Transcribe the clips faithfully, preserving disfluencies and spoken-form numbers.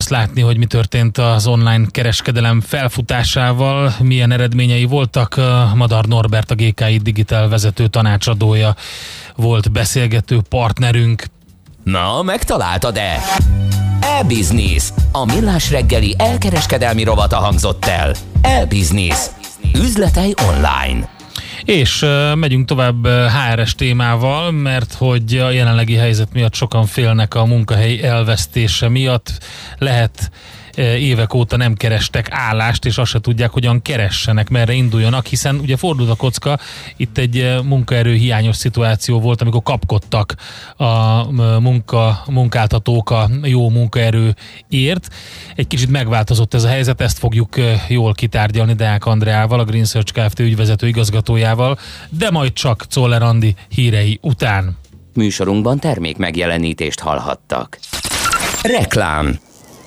azt látni, hogy mi történt az online kereskedelem felfutásával, milyen eredményei voltak. Madar Norbert, a gé ká i Digital vezető tanácsadója volt beszélgető partnerünk. Na, megtaláltad-e? E-Business, a millás reggeli elkereskedelmi rovata hangzott el. E-Business, üzletei online. És uh, megyünk tovább há er es témával, mert hogy a jelenlegi helyzet miatt sokan félnek a munkahely elvesztése miatt. Lehet uh, évek óta nem kerestek állást, és azt se tudják, hogyan keressenek, merre induljanak, hiszen ugye fordult a kocka, itt egy uh, munkaerő hiányos szituáció volt, amikor kapkodtak a uh, munka, munkáltatók a jó munkaerőért. Egy kicsit megváltozott ez a helyzet, ezt fogjuk uh, jól kitárgyalni Deák Andreával, a Green Search Kft. Ügyvezető igazgatójával, de majd csak Czoller Andi hírei után. Műsorunkban termék megjelenítést hallhattak. Reklám.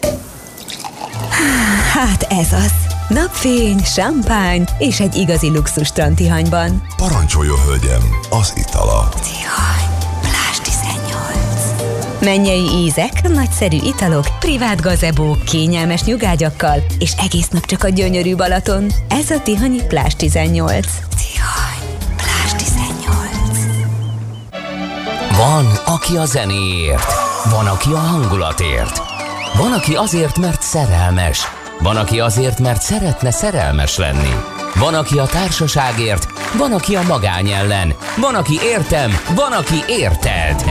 Hát ez az. Napfény, sampány és egy igazi luxus strandtihanyban. Parancsoljon, hölgyem, az itala. Tihany, Plázs tizennyolc. Mennyei ízek, nagyszerű italok, privát gazebók, kényelmes nyugágyakkal, és egész nap csak a gyönyörű Balaton. Ez a Tihanyi Plázs tizennyolc. Tihany, Plázs tizennyolc. Van, aki a zenéért, van, aki a hangulatért, van, aki azért, mert szerelmes, van, aki azért, mert szeretne szerelmes lenni. Van, aki a társaságért, van, aki a magány ellen, van, aki értem, van, aki érted.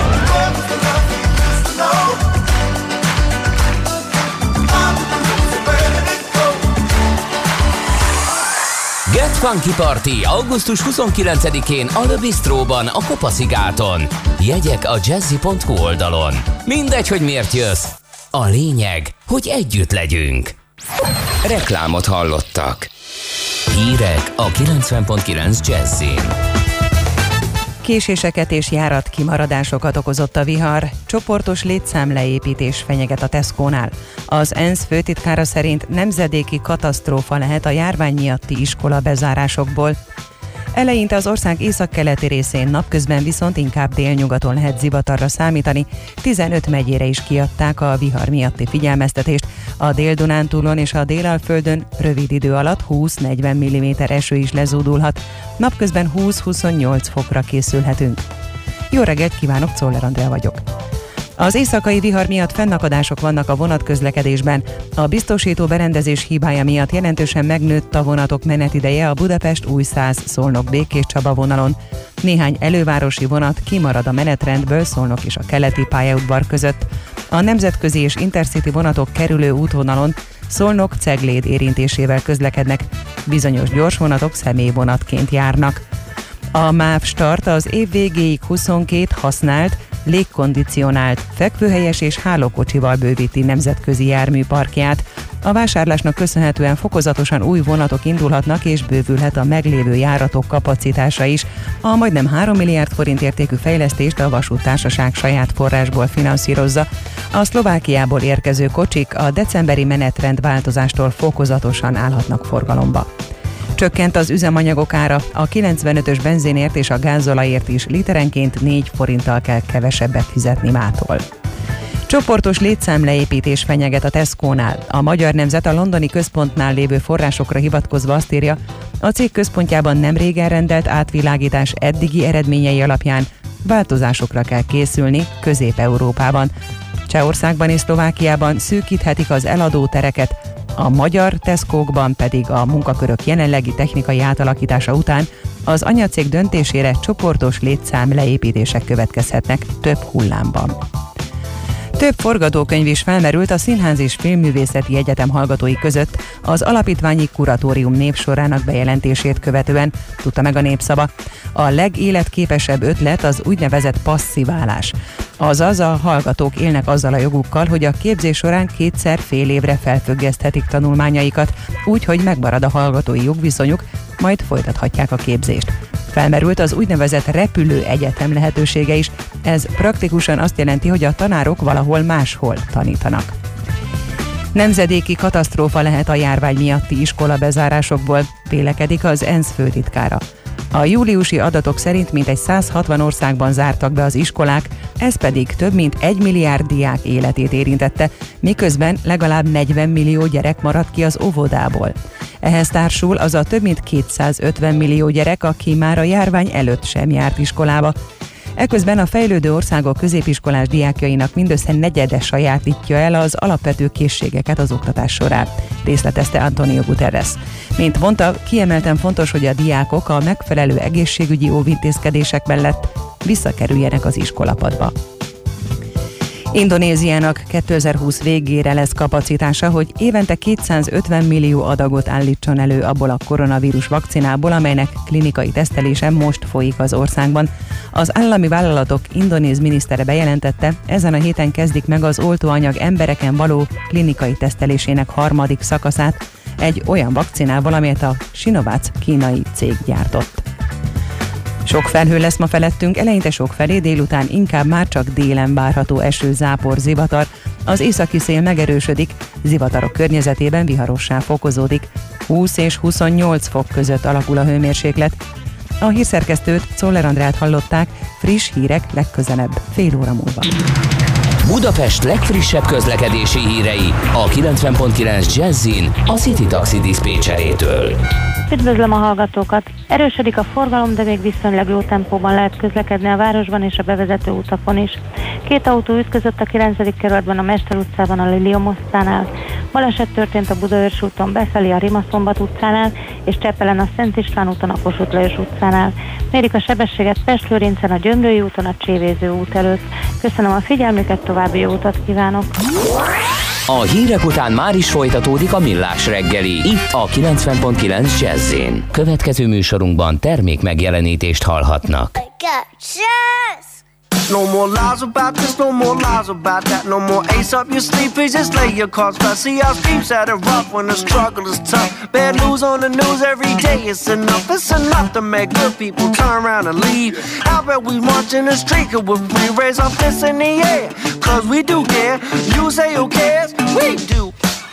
Get Funky Party augusztus huszonkilencedikén a Le Bistróban, a Kopa-szigáton. Jegyek a jazzy pont hu oldalon. Mindegy, hogy miért jössz. A lényeg, hogy együtt legyünk. Reklámot hallottak. Hírek a kilencven pont kilenc Jazzin. Késéseket és járat kimaradásokat okozott a vihar, csoportos létszámleépítés fenyeget a Tesco-nál. Az ENSZ főtitkára szerint nemzedéki katasztrófa lehet a járvány miatti iskola bezárásokból. Eleinte az ország északkeleti részén, napközben viszont inkább délnyugaton lehet zivatarra számítani. tizenöt megyére is kiadták a vihar miatti figyelmeztetést. A Dél-Dunántúlon és a Délalföldön rövid idő alatt húsz-negyven milliméter eső is lezúdulhat. Napközben húsz-huszonnyolc fokra készülhetünk. Jó reggelt kívánok, Czoller Andrea vagyok. Az éjszakai vihar miatt fennakadások vannak a vonatközlekedésben. A biztosító berendezés hibája miatt jelentősen megnőtt a vonatok menetideje a Budapest-Újszász-Szolnok-Békés Csaba vonalon. Néhány elővárosi vonat kimarad a menetrendből Szolnok és a keleti pályaudvar között. A nemzetközi és intercity vonatok kerülő útvonalon Szolnok-Cegléd érintésével közlekednek. Bizonyos gyorsvonatok személyvonatként járnak. A MÁV Start az év végéig huszonkét használt, légkondicionált, fekvőhelyes és hálókocsival bővíti nemzetközi járműparkját. A vásárlásnak köszönhetően fokozatosan új vonatok indulhatnak és bővülhet a meglévő járatok kapacitása is. A majdnem három milliárd forint értékű fejlesztést a vasúttársaság saját forrásból finanszírozza. A Szlovákiából érkező kocsik a decemberi menetrend változástól fokozatosan állhatnak forgalomba. Csökkent az üzemanyagok ára, a kilencvenötös benzinért és a gázolajért is literenként négy forinttal kell kevesebbet fizetni mától. Csoportos létszámleépítés fenyeget a Tesco-nál. A Magyar Nemzet a londoni központnál lévő forrásokra hivatkozva azt írja, a cég központjában nemrég elrendelt átvilágítás eddigi eredményei alapján változásokra kell készülni Közép-Európában. Csehországban és Szlovákiában szűkíthetik az eladó tereket, a magyar Tesco-kban pedig a munkakörök jelenlegi technikai átalakítása után az anyacég döntésére csoportos létszám leépítések következhetnek több hullámban. Több forgatókönyv is felmerült a Színház és Filmművészeti Egyetem hallgatói között az alapítványi kuratórium névsorának bejelentését követően, tudta meg a Népszava. A legéletképesebb ötlet az úgynevezett passziválás. Azaz a hallgatók élnek azzal a jogukkal, hogy a képzés során kétszer fél évre felfüggeszthetik tanulmányaikat, úgy, hogy megmarad a hallgatói jogviszonyuk, majd folytathatják a képzést. Felmerült az úgynevezett repülő egyetem lehetősége is. Ez praktikusan azt jelenti, hogy a tanárok valahol máshol tanítanak. Nemzedéki katasztrófa lehet a járvány miatti iskola bezárásokból, vélekedik az ENSZ főtitkára. A júliusi adatok szerint mintegy száz hatvan országban zártak be az iskolák, ez pedig több mint egy milliárd diák életét érintette, miközben legalább negyven millió gyerek maradt ki az óvodából. Ehhez társul az a több mint kétszázötven millió gyerek, aki már a járvány előtt sem járt iskolába. Eközben a fejlődő országok középiskolás diákjainak mindössze negyede sajátítja el az alapvető készségeket az oktatás során, részletezte Antonio Guterres. Mint mondta, kiemelten fontos, hogy a diákok a megfelelő egészségügyi óvintézkedések mellett visszakerüljenek az iskolapadba. Indonéziának kétezer-húsz végére lesz kapacitása, hogy évente kétszázötven millió adagot állítson elő abból a koronavírus vakcinából, amelynek klinikai tesztelése most folyik az országban. Az állami vállalatok indonéz minisztere bejelentette, ezen a héten kezdik meg az oltóanyag embereken való klinikai tesztelésének harmadik szakaszát egy olyan vakcinával, amelyet a Sinovac kínai cég gyártott. Sok felhő lesz ma felettünk, eleinte sok felé, délután inkább már csak délen várható eső, zápor, zivatar. Az északi szél megerősödik, zivatarok környezetében viharossá fokozódik. húsz és huszonnyolc fok között alakul a hőmérséklet. A hírszerkesztőt, Czoller Andrát hallották, friss hírek legközelebb, fél óra múlva. Budapest legfrissebb közlekedési hírei a kilencven pont kilenc Jazzin a City Taxi diszpécserétől. Üdvözlöm a hallgatókat! Erősödik a forgalom, de még viszonylag jó tempóban lehet közlekedni a városban és a bevezető utakon is. Két autó ütközött a kilencedik kerületben a Mester utcában a Lilium utcánál. Baleset történt a Budaörs úton befelé a Rimaszombat utcánál, és Csepelen a Szent István úton a Kossuth Lajos utcánál. Mérik a sebességet Pest-Lőrincen a Gyömrői úton a Csévéző út előtt. Köszönöm a figyelmüket, további jó utat kívánok! A hírek után már is folytatódik a Millás reggeli, itt a kilencven pont kilenc Jazz-én. Következő műsorunkban termék megjelenítést hallhatnak. No more lies about this, no more lies about that. No more ace up your sleeve, please just lay your cards flat. See our streets at it rough when the struggle is tough. Bad news on the news every day, it's enough. It's enough to make good people turn around and leave. How about we march in the street, cause we raise our fists in the air, cause we do care. You say who cares? We do.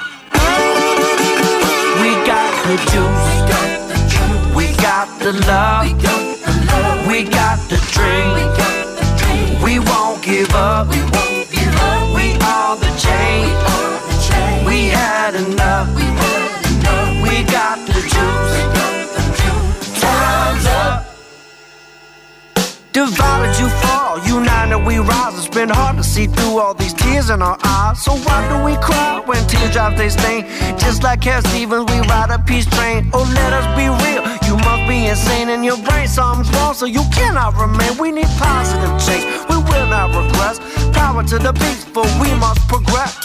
We got the juice, we got the love, we got the dream. We won't give up, we won't give up. We are the change, we had enough, we had enough. We got the juice, time's up. Divided you fall, united we rise. It's been hard to see through all these tears in our eyes. So why do we cry when teardrops they stain? Just like Cat Stevens, we ride a peace train. Oh, let us be real, you must be insane in your brain. Something's wrong, so you cannot remain. We need positive change, we will not regress. Power to the beast, for we must progress.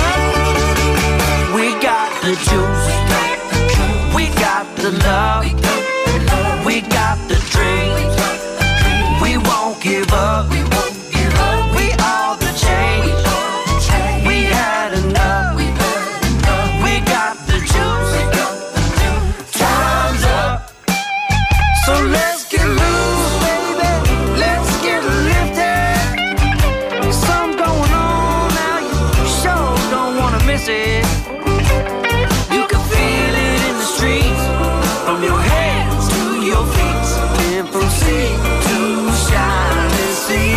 We got the juice, we got the love, we got the dream. We won't give up, we won't give up. We are the change, we had enough, we had enough. We got the juice, time's up. So let's get loose, baby, let's get lifted. Something going on now, you sure don't wanna miss it. You can feel it in the streets, from your hands to your feet, and from sea to shining sea.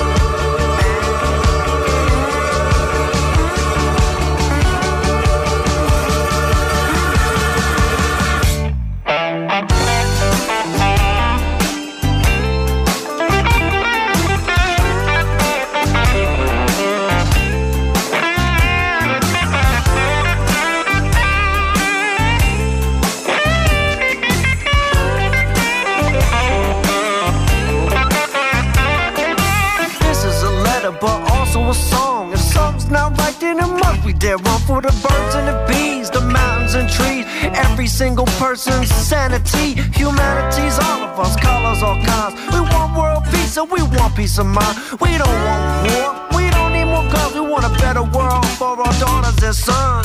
A song. If something's not right, then it must be dead wrong. For the birds and the bees, the mountains and trees, every single person's sanity. Humanity's all of us, colors, all kinds. We want world peace, and we want peace of mind. We don't want war, we don't need more guns. We want a better world for our daughters and sons.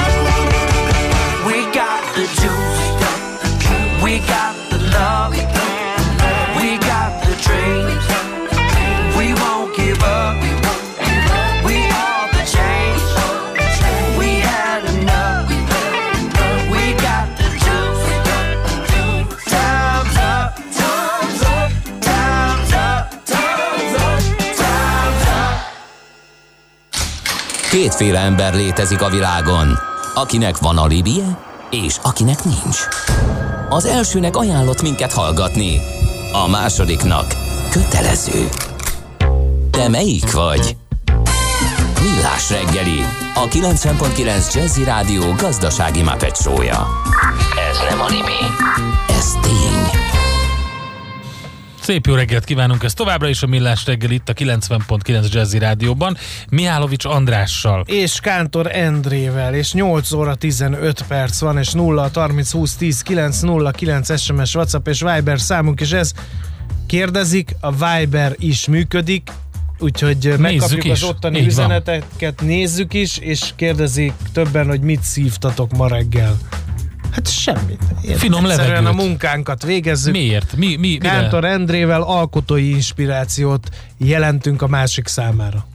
We got the juice, we got the love, we got the dreams. We won't give up. Time's up. Kétféle ember létezik a világon, akinek van alibije, és akinek nincs. Az elsőnek ajánlott minket hallgatni, a másodiknak kötelező. Te melyik vagy? Millás reggeli, a kilencven pont kilenc Jazzy Rádió gazdasági Muppet show-ja. Ez nem anime, ez tény. Szép jó reggelt kívánunk, ez továbbra is a Millás reggel itt a kilencven pont kilenc Jazzy Rádióban, Mihálovics Andrással. És Kántor Endrével, és nyolc óra tizenöt perc van, és nulla harminc húsz tíz kilenc nulla kilenc es em es, WhatsApp és Viber számunk is ez. Kérdezik, a Viber is működik, úgyhogy nézzük megkapjuk is az ottani így üzeneteket, van. Nézzük is, és kérdezik többen, hogy mit szívtatok ma reggel. Hát semmit. Én Finom levegőt. A munkánkat végezzük. Miért? Mi, mi, Kántor Endrével alkotói inspirációt jelentünk a másik számára.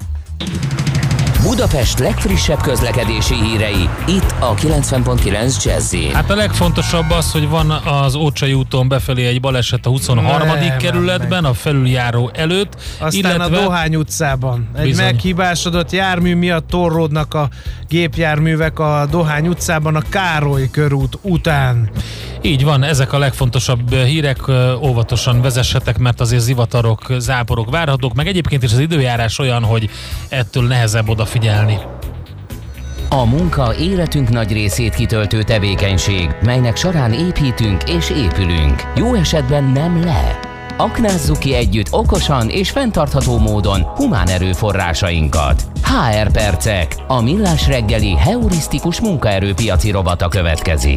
Budapest legfrissebb közlekedési hírei, itt a kilencven pont kilenc Jazzy. Hát a legfontosabb az, hogy van az Ócsai úton befelé egy baleset a huszonharmadik Ne, kerületben, meg. a felüljáró előtt. Aztán illetve... a Dohány utcában. Egy bizony. meghibásodott jármű miatt torlódnak a gépjárművek a Dohány utcában a Károly körút után. Így van, ezek a legfontosabb hírek, óvatosan vezessetek, mert azért zivatarok, záporok várhatók, meg egyébként is az időjárás olyan, hogy ettől nehezebb odafigyelni. A munka életünk nagy részét kitöltő tevékenység, melynek során építünk és épülünk. Jó esetben nem le. Aknázzuk ki együtt okosan és fenntartható módon humán erőforrásainkat. há er Percek, a Millás reggeli heurisztikus munkaerőpiaci rovata következik.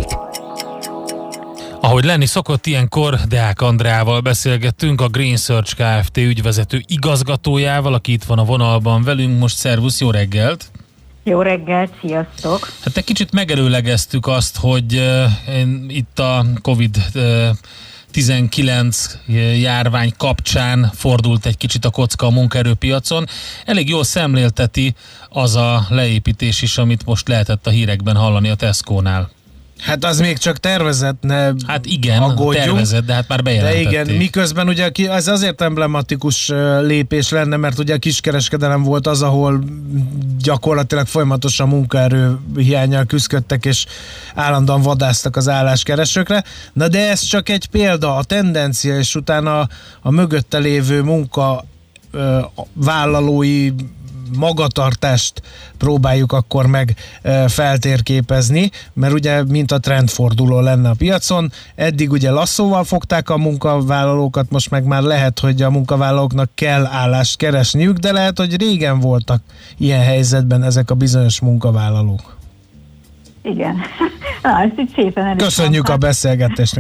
Ahogy lenni szokott, ilyenkor Deák Andrával beszélgettünk, a Green Search Kft. Ügyvezető igazgatójával, aki itt van a vonalban velünk most. Szervusz, jó reggelt! Jó reggelt, sziasztok! Hát egy kicsit megelőlegeztük azt, hogy uh, itt a kovid tizenkilenc járvány kapcsán fordult egy kicsit a kocka a munkaerőpiacon. Elég jól szemlélteti az a leépítés is, amit most lehetett a hírekben hallani a Tesco-nál. Hát az még csak tervezett, ne Hát igen, aggódjunk, tervezett, de hát már bejelentették. De igen, miközben ugye ez azért emblematikus lépés lenne, mert ugye a kiskereskedelem volt az, ahol gyakorlatilag folyamatosan munkaerő hiánnyal küzdöttek, és állandóan vadásztak az álláskeresőkre. Na de ez csak egy példa, a tendencia, és utána a mögötte lévő munka vállalói magatartást próbáljuk akkor meg e, feltérképezni, mert ugye mint a trendforduló lenne a piacon. Eddig ugye lasszóval fogták a munkavállalókat, most meg már lehet, hogy a munkavállalóknak kell állást keresniük, de lehet, hogy régen voltak ilyen helyzetben ezek a bizonyos munkavállalók. Igen. Na, ezt így szépen el is Köszönjük mondtam. A beszélgetésnek.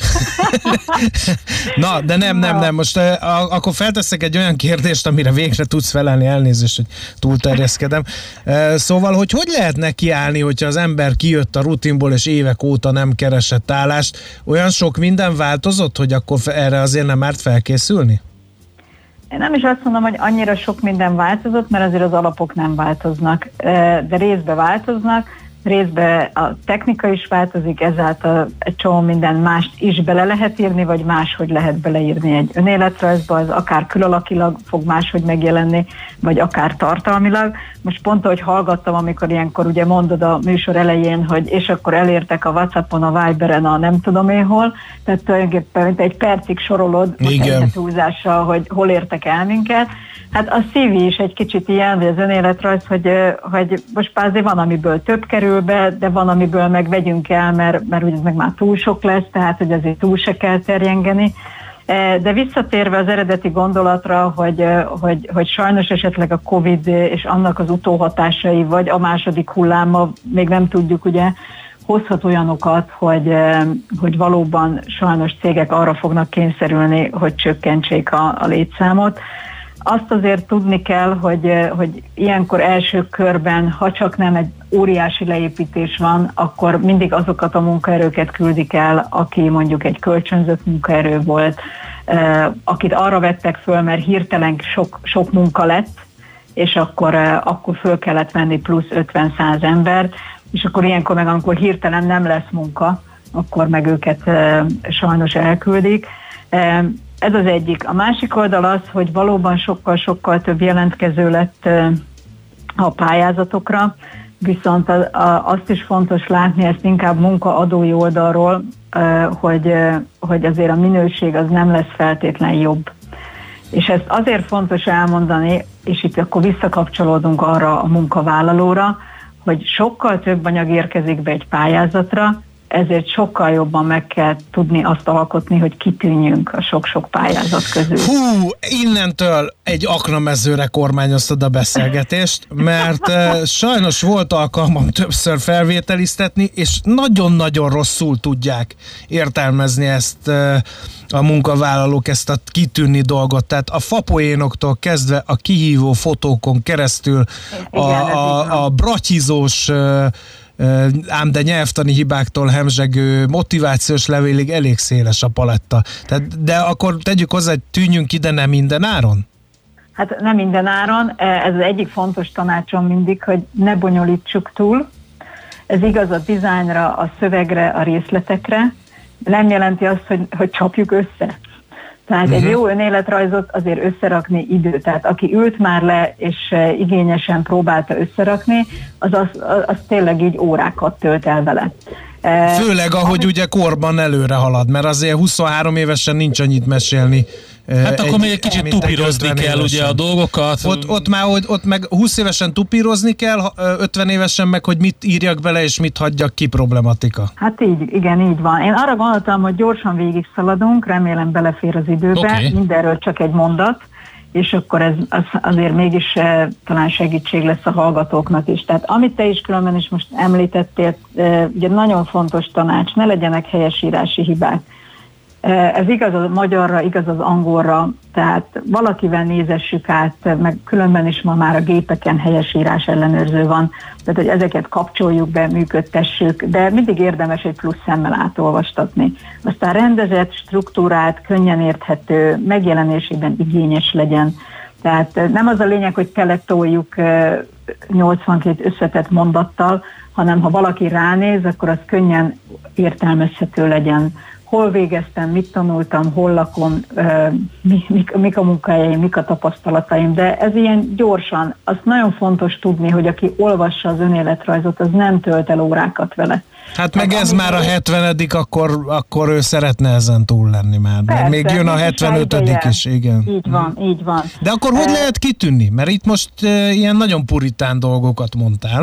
Na, de nem, nem, nem. Most uh, akkor felteszek egy olyan kérdést, amire végre tudsz felelni, elnézést, hogy túlterjeszkedem. Uh, szóval, hogy hogy lehet nekiállni, hogyha az ember kijött a rutinból, és évek óta nem keresett állást? Olyan sok minden változott, hogy akkor erre azért nem árt felkészülni? Én nem is azt mondom, hogy annyira sok minden változott, mert azért az alapok nem változnak, de részben változnak. Részben a technika is változik, ezáltal egy csomó minden mást is bele lehet írni, vagy máshogy lehet beleírni egy önéletrajzba, az akár külalakilag fog máshogy megjelenni, vagy akár tartalmilag. Most pont, ahogy hallgattam, amikor ilyenkor ugye mondod a műsor elején, hogy és akkor elértek a WhatsAppon, a Viberen, a nem tudom én hol, tehát tulajdonképpen mint egy percig sorolod, most egy túlzással, hogy hol értek el minket. Hát a cé vé is egy kicsit ilyen, vagy az önéletrajz, hogy, hogy most már azért van, amiből több kerül be, de van, amiből meg vegyünk el, mert, mert ugye ez meg már túl sok lesz, tehát hogy azért túl se kell terjengeni. De visszatérve az eredeti gondolatra, hogy, hogy, hogy sajnos esetleg a Covid és annak az utóhatásai, vagy a második hulláma, még nem tudjuk, ugye, hozhat olyanokat, hogy, hogy valóban sajnos cégek arra fognak kényszerülni, hogy csökkentsék a, a létszámot. Azt azért tudni kell, hogy, hogy ilyenkor első körben, ha csak nem egy óriási leépítés van, akkor mindig azokat a munkaerőket küldik el, aki mondjuk egy kölcsönzött munkaerő volt, akit arra vettek föl, mert hirtelen sok, sok munka lett, és akkor, akkor föl kellett venni plusz ötven-száz embert, és akkor ilyenkor meg, amikor hirtelen nem lesz munka, akkor meg őket sajnos elküldik. Ez az egyik. A másik oldal az, hogy valóban sokkal-sokkal több jelentkező lett a pályázatokra, viszont a, a, azt is fontos látni, ezt inkább munkaadói oldalról, hogy, hogy azért a minőség az nem lesz feltétlen jobb. És ezt azért fontos elmondani, és itt akkor visszakapcsolódunk arra a munkavállalóra, hogy sokkal több anyag érkezik be egy pályázatra, ezért sokkal jobban meg kell tudni azt alkotni, hogy kitűnjünk a sok-sok pályázat közül. Hú, innentől egy aknamezőre kormányoztad a beszélgetést, mert uh, sajnos volt alkalmam többször felvételiztetni, és nagyon-nagyon rosszul tudják értelmezni ezt uh, a munkavállalók, ezt a kitűnni dolgot. Tehát a fapoénoktól kezdve a kihívó fotókon keresztül a, a, a bratyizós uh, ám de nyelvtani hibáktól hemzsegő motivációs levélig elég széles a paletta. Tehát, de akkor tegyük hozzá, hogy tűnjünk ide nem minden áron? Hát nem minden áron. Ez az egyik fontos tanácsom mindig, hogy ne bonyolítsuk túl. Ez igaz a dizájnra, a szövegre, a részletekre. Nem jelenti azt, hogy, hogy csapjuk össze. Tehát uh-huh. egy jó önéletrajzot azért összerakni idő. Tehát aki ült már le, és igényesen próbálta összerakni, az, az, az tényleg így órákat tölt el vele. Főleg, ahogy ugye korban előre halad, mert azért huszonhárom évesen nincs annyit mesélni. Hát egy, akkor még egy kicsit tupírozni kell évesen. Ugye a dolgokat. Ott, ott már ott meg húsz évesen tupírozni kell, ötven évesen meg, hogy mit írjak bele és mit hagyjak ki problematika. Hát így, igen, így van. Én arra gondoltam, hogy gyorsan végig szaladunk, remélem belefér az időbe, okay. Mindenről csak egy mondat, és akkor ez az azért mégis eh, talán segítség lesz a hallgatóknak is. Tehát amit te is különben is most említettél, eh, ugye nagyon fontos tanács, ne legyenek helyesírási hibák. Ez igaz a magyarra, igaz az angolra, tehát valakivel nézessük át, meg különben is ma már a gépeken helyesírás ellenőrző van, tehát hogy ezeket kapcsoljuk be, működtessük, de mindig érdemes egy plusz szemmel átolvastatni. Aztán rendezett, struktúrált, könnyen érthető, megjelenésében igényes legyen. Tehát nem az a lényeg, hogy teletoljuk nyolcvankét összetett mondattal, hanem ha valaki ránéz, akkor az könnyen értelmezhető legyen. Hol végeztem, mit tanultam, hol lakom, mi, mik, mik a munkahelyeim, mik a tapasztalataim, de ez ilyen gyorsan, azt nagyon fontos tudni, hogy aki olvassa az önéletrajzot, az nem tölt el órákat vele. Hát meg ez már a hetvenedik, akkor, akkor ő szeretne ezen túl lenni már. Persze, még jön a hetvenötödik is, igen. Így van, mm. így van. De akkor hogy lehet kitűnni? Mert itt most uh, ilyen nagyon puritán dolgokat mondtál.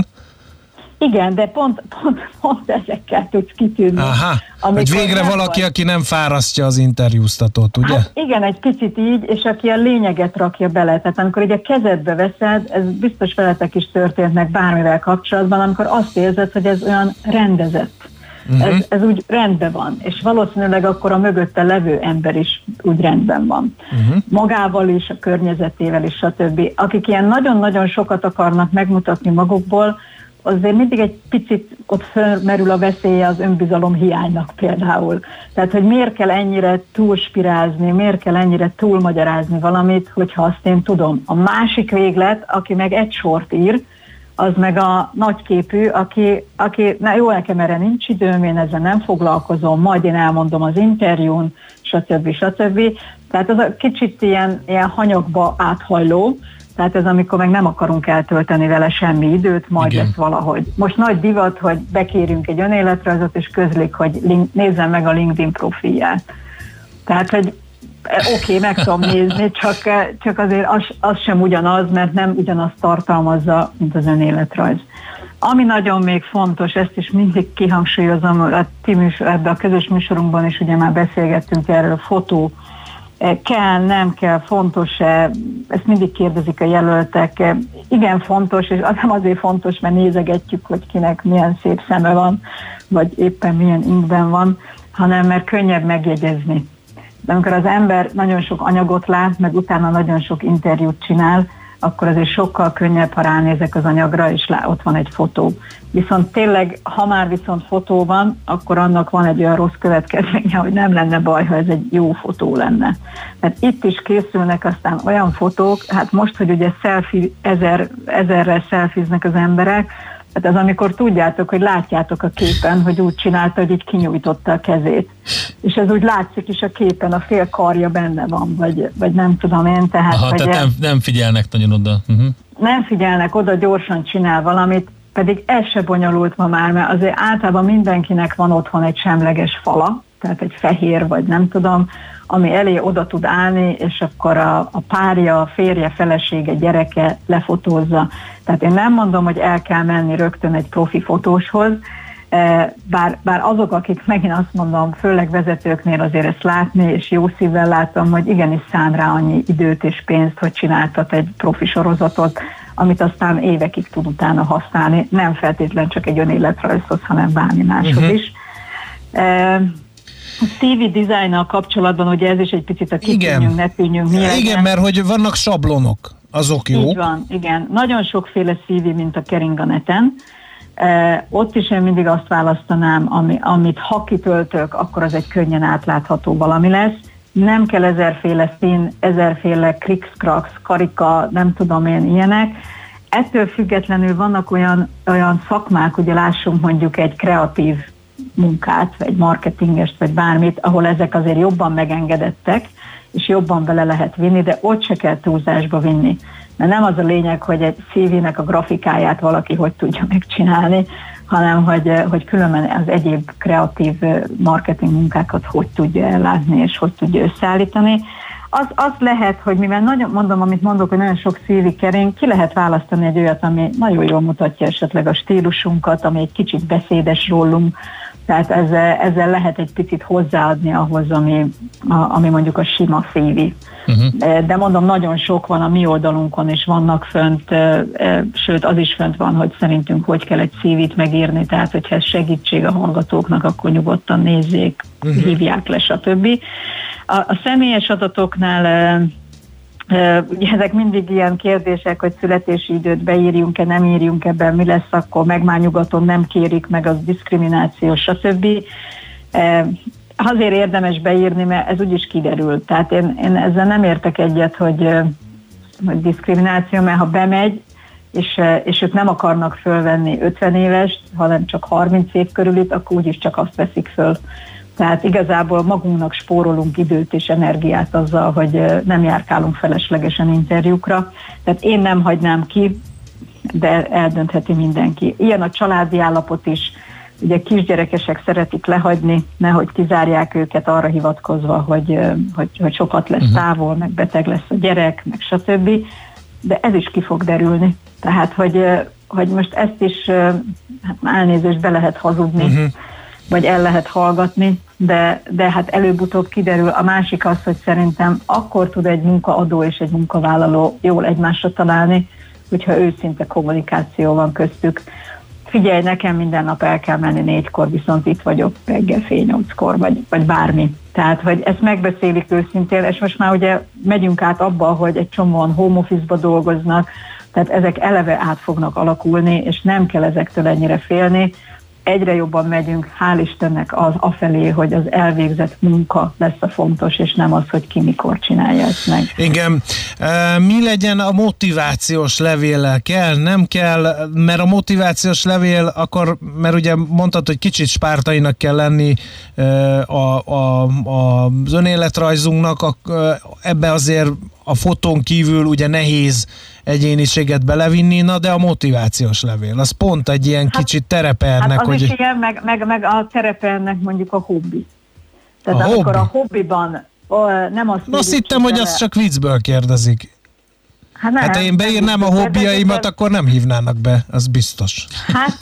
Igen, de pont, pont, pont ezekkel tudsz kitűnni. Aha, hogy végre valaki, vagy. Aki nem fárasztja az interjúztatót, ugye? Hát igen, egy picit így, és aki a lényeget rakja bele. Tehát amikor egy a kezedbe veszed, ez biztos veletek is történt meg bármivel kapcsolatban, amikor azt érzed, hogy ez olyan rendezett. Uh-huh. Ez, ez úgy rendben van, és valószínűleg akkor a mögötte levő ember is úgy rendben van. Uh-huh. Magával is, a környezetével is, stb. Akik ilyen nagyon-nagyon sokat akarnak megmutatni magukból, azért mindig egy picit ott felmerül a veszélye az önbizalom hiánynak például. Tehát, hogy miért kell ennyire túlspirázni, miért kell ennyire túlmagyarázni valamit, hogyha azt én tudom. A másik véglet, aki meg egy sort ír, az meg a nagyképű, aki, aki na jó, nekem erre nincs időm, én ezzel nem foglalkozom, majd én elmondom az interjún, stb. stb. Tehát az a kicsit ilyen, ilyen hanyagba áthajló, tehát ez amikor meg nem akarunk eltölteni vele semmi időt, majd igen. Lesz valahogy. Most nagy divat, hogy bekérünk egy önéletrajzot, és közlik, hogy link, nézzem meg a LinkedIn profilját. Tehát, hogy oké, okay, meg tudom nézni, csak, csak azért az, az sem ugyanaz, mert nem ugyanazt tartalmazza, mint az önéletrajz. Ami nagyon még fontos, ezt is mindig kihangsúlyozom, a ti műsor, ebben a közös műsorunkban is ugye már beszélgettünk erről, a fotó, kell, nem kell, fontos-e, ezt mindig kérdezik a jelöltek. Igen, fontos, és az nem azért fontos, mert nézegetjük, hogy kinek milyen szép szeme van, vagy éppen milyen inkben van, hanem mert könnyebb megjegyezni. De amikor az ember nagyon sok anyagot lát, meg utána nagyon sok interjút csinál, akkor azért sokkal könnyebb, ha ránézek az anyagra, és lá, ott van egy fotó. Viszont tényleg, ha már viszont fotó van, akkor annak van egy olyan rossz következménye, hogy nem lenne baj, ha ez egy jó fotó lenne. Mert itt is készülnek aztán olyan fotók, hát most, hogy ugye selfie, ezer, ezerrel selfiznek az emberek, hát az amikor tudjátok, hogy látjátok a képen, hogy úgy csinálta, hogy így kinyújtotta a kezét. És ez úgy látszik is a képen, a fél karja benne van, vagy, vagy nem tudom én. Tehát, aha, hogy tehát nem, nem figyelnek nagyon oda. Uh-huh. nem figyelnek oda, gyorsan csinál valamit, pedig ez se bonyolult ma már, mert azért általában mindenkinek van otthon egy semleges fala, tehát egy fehér, vagy nem tudom, ami elé oda tud állni, és akkor a, a párja, a férje, felesége, gyereke lefotózza. Tehát én nem mondom, hogy el kell menni rögtön egy profi fotóshoz, bár, bár azok, akik megint azt mondom, főleg vezetőknél azért ezt látni, és jó szívvel látom, hogy igenis szán rá annyi időt és pénzt, hogy csináltat egy profi sorozatot, amit aztán évekig tud utána használni, nem feltétlen csak egy önéletrajzhoz, hanem bármi máshoz uh-huh. is. A té vé dizájnnal kapcsolatban, ugye ez is egy picit a kitűnjünk, ne tűnjünk. Igen, igen, mert hogy vannak sablonok, azok jók. Így van, igen. Nagyon sokféle cé vé, mint a kering a neten. Eh, ott is én mindig azt választanám, ami, amit ha kitöltök, akkor az egy könnyen átlátható valami lesz. Nem kell ezerféle szín, ezerféle krikszkraks, karika, nem tudom én ilyenek. Ettől függetlenül vannak olyan, olyan szakmák, ugye lássunk mondjuk egy kreatív munkát, vagy marketingest, vagy bármit, ahol ezek azért jobban megengedettek, és jobban bele lehet vinni, de ott se kell túlzásba vinni. Mert nem az a lényeg, hogy egy cé vének a grafikáját valaki hogy tudja megcsinálni, hanem hogy, hogy különben az egyéb kreatív marketing munkákat hogy tudja ellátni, és hogy tudja összeállítani. Az, az lehet, hogy mivel nagyon mondom, amit mondok, hogy nagyon sok cé vé kering, ki lehet választani egy olyat, ami nagyon jól mutatja esetleg a stílusunkat, ami egy kicsit beszédes rólunk, tehát ezzel, ezzel lehet egy picit hozzáadni ahhoz, ami, a, ami mondjuk a sima cé vé. Uh-huh. De mondom, nagyon sok van a mi oldalunkon, és vannak fönt, sőt az is fönt van, hogy szerintünk hogy kell egy cé vét megírni, tehát hogyha ez segítség a hallgatóknak, akkor nyugodtan nézzék, uh-huh. hívják le, stb. A, a személyes adatoknál ugye ezek mindig ilyen kérdések, hogy születési időt beírjunk-e, nem írjunk ebben, mi lesz akkor, megmányugatom, nem kérik meg, az diszkrimináció, stb. Azért érdemes beírni, mert ez úgyis kiderül. Tehát én, én ezzel nem értek egyet, hogy, hogy diszkrimináció, mert ha bemegy, és, és ők nem akarnak fölvenni ötven évest, hanem csak harminc év körülit, akkor úgyis csak azt veszik föl. Tehát igazából magunknak spórolunk időt és energiát azzal, hogy nem járkálunk feleslegesen interjúkra. Tehát én nem hagynám ki, de eldöntheti mindenki. Ilyen a családi állapot is. Ugye kisgyerekesek szeretik lehagyni, nehogy kizárják őket arra hivatkozva, hogy, hogy, hogy sokat lesz távol, meg beteg lesz a gyerek, meg stb. De ez is ki fog derülni. Tehát, hogy, hogy most ezt is hát elnézést be lehet hazudni, uh-huh. vagy el lehet hallgatni, de, de hát előbb-utóbb kiderül. A másik az, hogy szerintem akkor tud egy munkaadó és egy munkavállaló jól egymásra találni, hogyha őszinte kommunikáció van köztük. Figyelj, nekem minden nap el kell menni négykor, viszont itt vagyok reggel fél nyolckor, vagy, vagy bármi. Tehát, hogy ezt megbeszélik őszintén, és most már ugye megyünk át abba, hogy egy csomóan home office-ba dolgoznak, tehát ezek eleve át fognak alakulni, és nem kell ezektől ennyire félni. Egyre jobban megyünk, hál' Istennek az afelé, hogy az elvégzett munka lesz a fontos, és nem az, hogy ki mikor csinálja ezt meg. Igen. Mi legyen a motivációs levéllel? Kell, nem kell? Mert a motivációs levél akkor, mert ugye mondtad, hogy kicsit spártainak kell lenni a, a, a, az önéletrajzunknak, a, ebbe azért a fotón kívül ugye nehéz egyéniséget belevinni, na de a motivációs levél, az pont egy ilyen hát, kicsit terepernek. Hát az hogy... is igen, meg, meg, meg a terepernek mondjuk a hobbi. Tehát a amikor hobbi. A hobbiban ó, nem azt... Azt hittem, hogy azt csak viccből kérdezik. Hát, nem, hát ha én beírnám a hobbiaimat, de... akkor nem hívnának be, az biztos. Hát,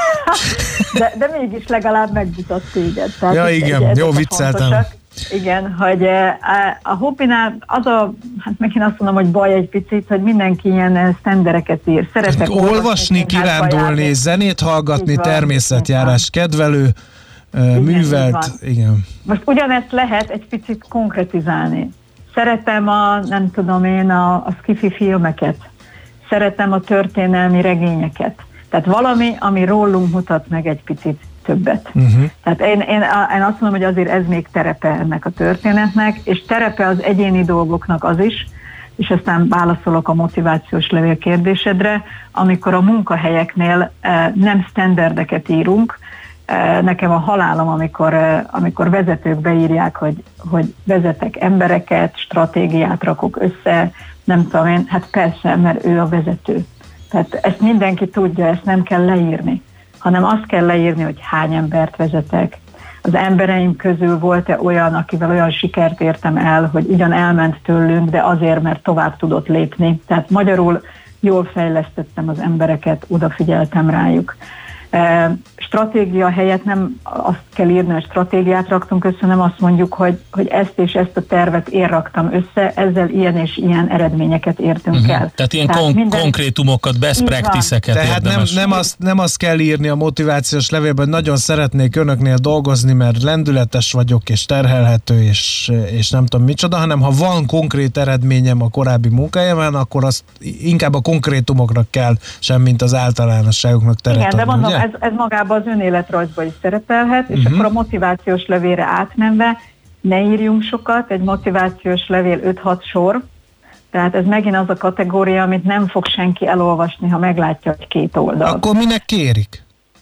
de, de mégis legalább megmutat téged. Tehát ja igen, egy, jó vicceltem. Igen, hogy a hobbinál az a, hát megint azt mondom, hogy baj egy picit, hogy mindenki ilyen sztendereket ír. Szeretek olvasni, olvasni kirándulni, zenét hallgatni, van, természetjárás kedvelő, igen, művelt. Igen. Most ugyanezt lehet egy picit konkretizálni. Szeretem a, nem tudom én, a, a sci-fi filmeket. Szeretem a történelmi regényeket. Tehát valami, ami rólunk mutat meg egy picit többet. Uh-huh. Tehát én, én, én azt mondom, hogy azért ez még terepe ennek a történetnek, és terepe az egyéni dolgoknak az is, és aztán válaszolok a motivációs levél kérdésedre, amikor a munkahelyeknél eh, nem sztenderdeket írunk, Nekem a halálom, amikor, amikor vezetők beírják, hogy, hogy vezetek embereket, stratégiát rakok össze, nem tudom én, hát persze, mert ő a vezető. Tehát ezt mindenki tudja, ezt nem kell leírni, hanem azt kell leírni, hogy hány embert vezetek. Az embereim közül volt-e olyan, akivel olyan sikert értem el, hogy ugyan elment tőlünk, de azért, mert tovább tudott lépni. Tehát magyarul jól fejlesztettem az embereket, odafigyeltem rájuk. Stratégia helyett nem azt kell írni, hogy stratégiát raktunk össze, hanem azt mondjuk, hogy, hogy ezt és ezt a tervet én raktam össze, ezzel ilyen és ilyen eredményeket értünk uh-huh. el. Tehát ilyen Tehát kon- minden... konkrétumokat, best practice-eket Tehát nem, nem, azt, nem azt kell írni a motivációs levélben, hogy nagyon szeretnék önöknél dolgozni, mert lendületes vagyok, és terhelhető, és, és nem tudom micsoda, hanem ha van konkrét eredményem a korábbi munkájában, akkor azt inkább a konkrétumoknak kell, semmint az általánosságoknak teret Igen, adni, de mondom, ugye? ez, ez magában az önéletrajzba is szerepelhet, és uh-huh. akkor a motivációs levélre átmenve ne írjunk sokat, egy motivációs levél öt-hat sor, tehát ez megint az a kategória, amit nem fog senki elolvasni, ha meglátja, hogy két oldal. Akkor minek kérik?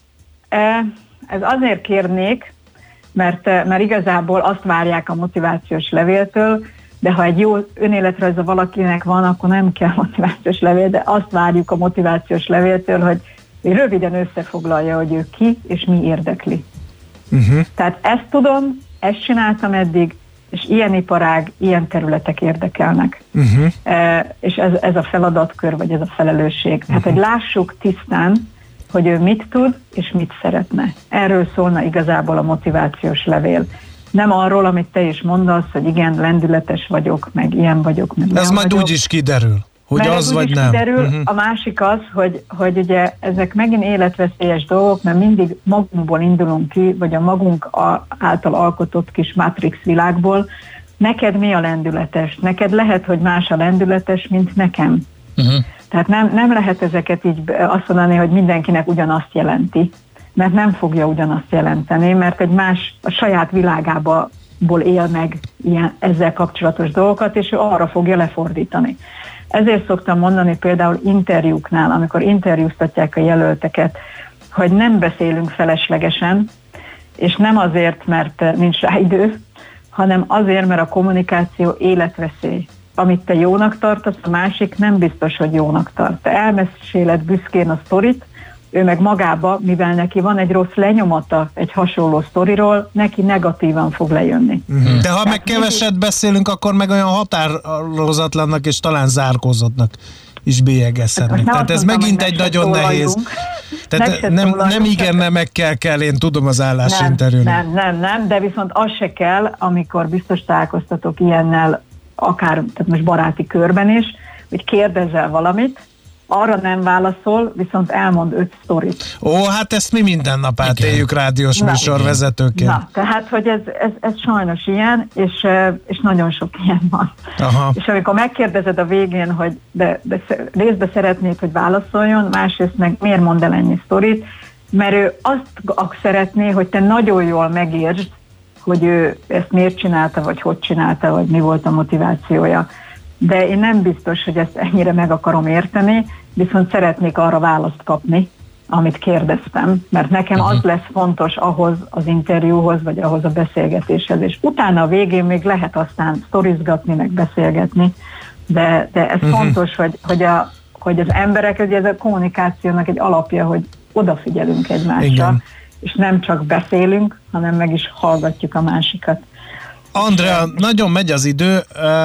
Ez azért kérnék, mert, mert igazából azt várják a motivációs levéltől, de ha egy jó önéletrajza valakinek van, akkor nem kell motivációs levél, de azt várjuk a motivációs levéltől, hogy röviden összefoglalja, hogy ő ki, és mi érdekli. Uh-huh. Tehát ezt tudom, ezt csináltam eddig, és ilyen iparág, ilyen területek érdekelnek. Uh-huh. E, és ez, ez a feladatkör, vagy ez a felelősség. Tehát, uh-huh. hogy lássuk tisztán, hogy ő mit tud, és mit szeretne. Erről szólna igazából a motivációs levél. Nem arról, amit te is mondasz, hogy igen, lendületes vagyok, meg ilyen vagyok, meg ez majd úgy is kiderül. Hogy mert az vagy nem. Kiderül, uh-huh. A másik az, hogy, hogy ugye ezek megint életveszélyes dolgok, mert mindig magunkból indulunk ki, vagy a magunk által alkotott kis Matrix világból. Neked mi a lendületes? Neked lehet, hogy más a lendületes, mint nekem. Uh-huh. Tehát nem, nem lehet ezeket így azt mondani, hogy mindenkinek ugyanazt jelenti, mert nem fogja ugyanazt jelenteni, mert egy más a saját világából él meg ilyen, ezzel kapcsolatos dolgokat, és ő arra fogja lefordítani. Ezért szoktam mondani például interjúknál, amikor interjúztatják a jelölteket, hogy nem beszélünk feleslegesen, és nem azért, mert nincs rá idő, hanem azért, mert a kommunikáció életveszély. Amit te jónak tartasz, a másik nem biztos, hogy jónak tart. Te elmeséled büszkén a sztorit, ő meg magába, mivel neki van egy rossz lenyomata egy hasonló sztoriról, neki negatívan fog lejönni. Uh-huh. De ha meg keveset beszélünk, akkor meg olyan határozatlannak és talán zárkózottnak is bélyegezhetnek. Tehát ez mondtam, megint egy nagyon nehéz. Tehát nem, nem igen, nemekkel kell, én tudom az állásinterjún. Nem, nem, nem, de viszont az se kell, amikor biztos találkoztatok ilyennel, akár tehát most baráti körben is, hogy kérdezzel valamit, arra nem válaszol, viszont elmond öt sztorit. Ó, hát ezt mi minden nap átéljük rádiós műsorvezetőként. Na, tehát, hogy ez, ez, ez sajnos ilyen, és, és nagyon sok ilyen van. Aha. És amikor megkérdezed a végén, hogy de, de részben szeretnéd, hogy válaszoljon, másrészt meg miért mond el ennyi sztorit, mert ő azt szeretné, hogy te nagyon jól megértsd, hogy ő ezt miért csinálta, vagy hogy csinálta, vagy mi volt a motivációja. De én nem biztos, hogy ezt ennyire meg akarom érteni, viszont szeretnék arra választ kapni, amit kérdeztem, mert nekem az lesz fontos ahhoz az interjúhoz, vagy ahhoz a beszélgetéshez, és utána a végén még lehet aztán sztorizgatni, meg beszélgetni, de, de ez uh-huh. fontos, hogy, hogy, a, hogy az emberek, ugye ez a kommunikációnak egy alapja, hogy odafigyelünk egymásra, igen. és nem csak beszélünk, hanem meg is hallgatjuk a másikat. Andrea, nagyon megy az idő,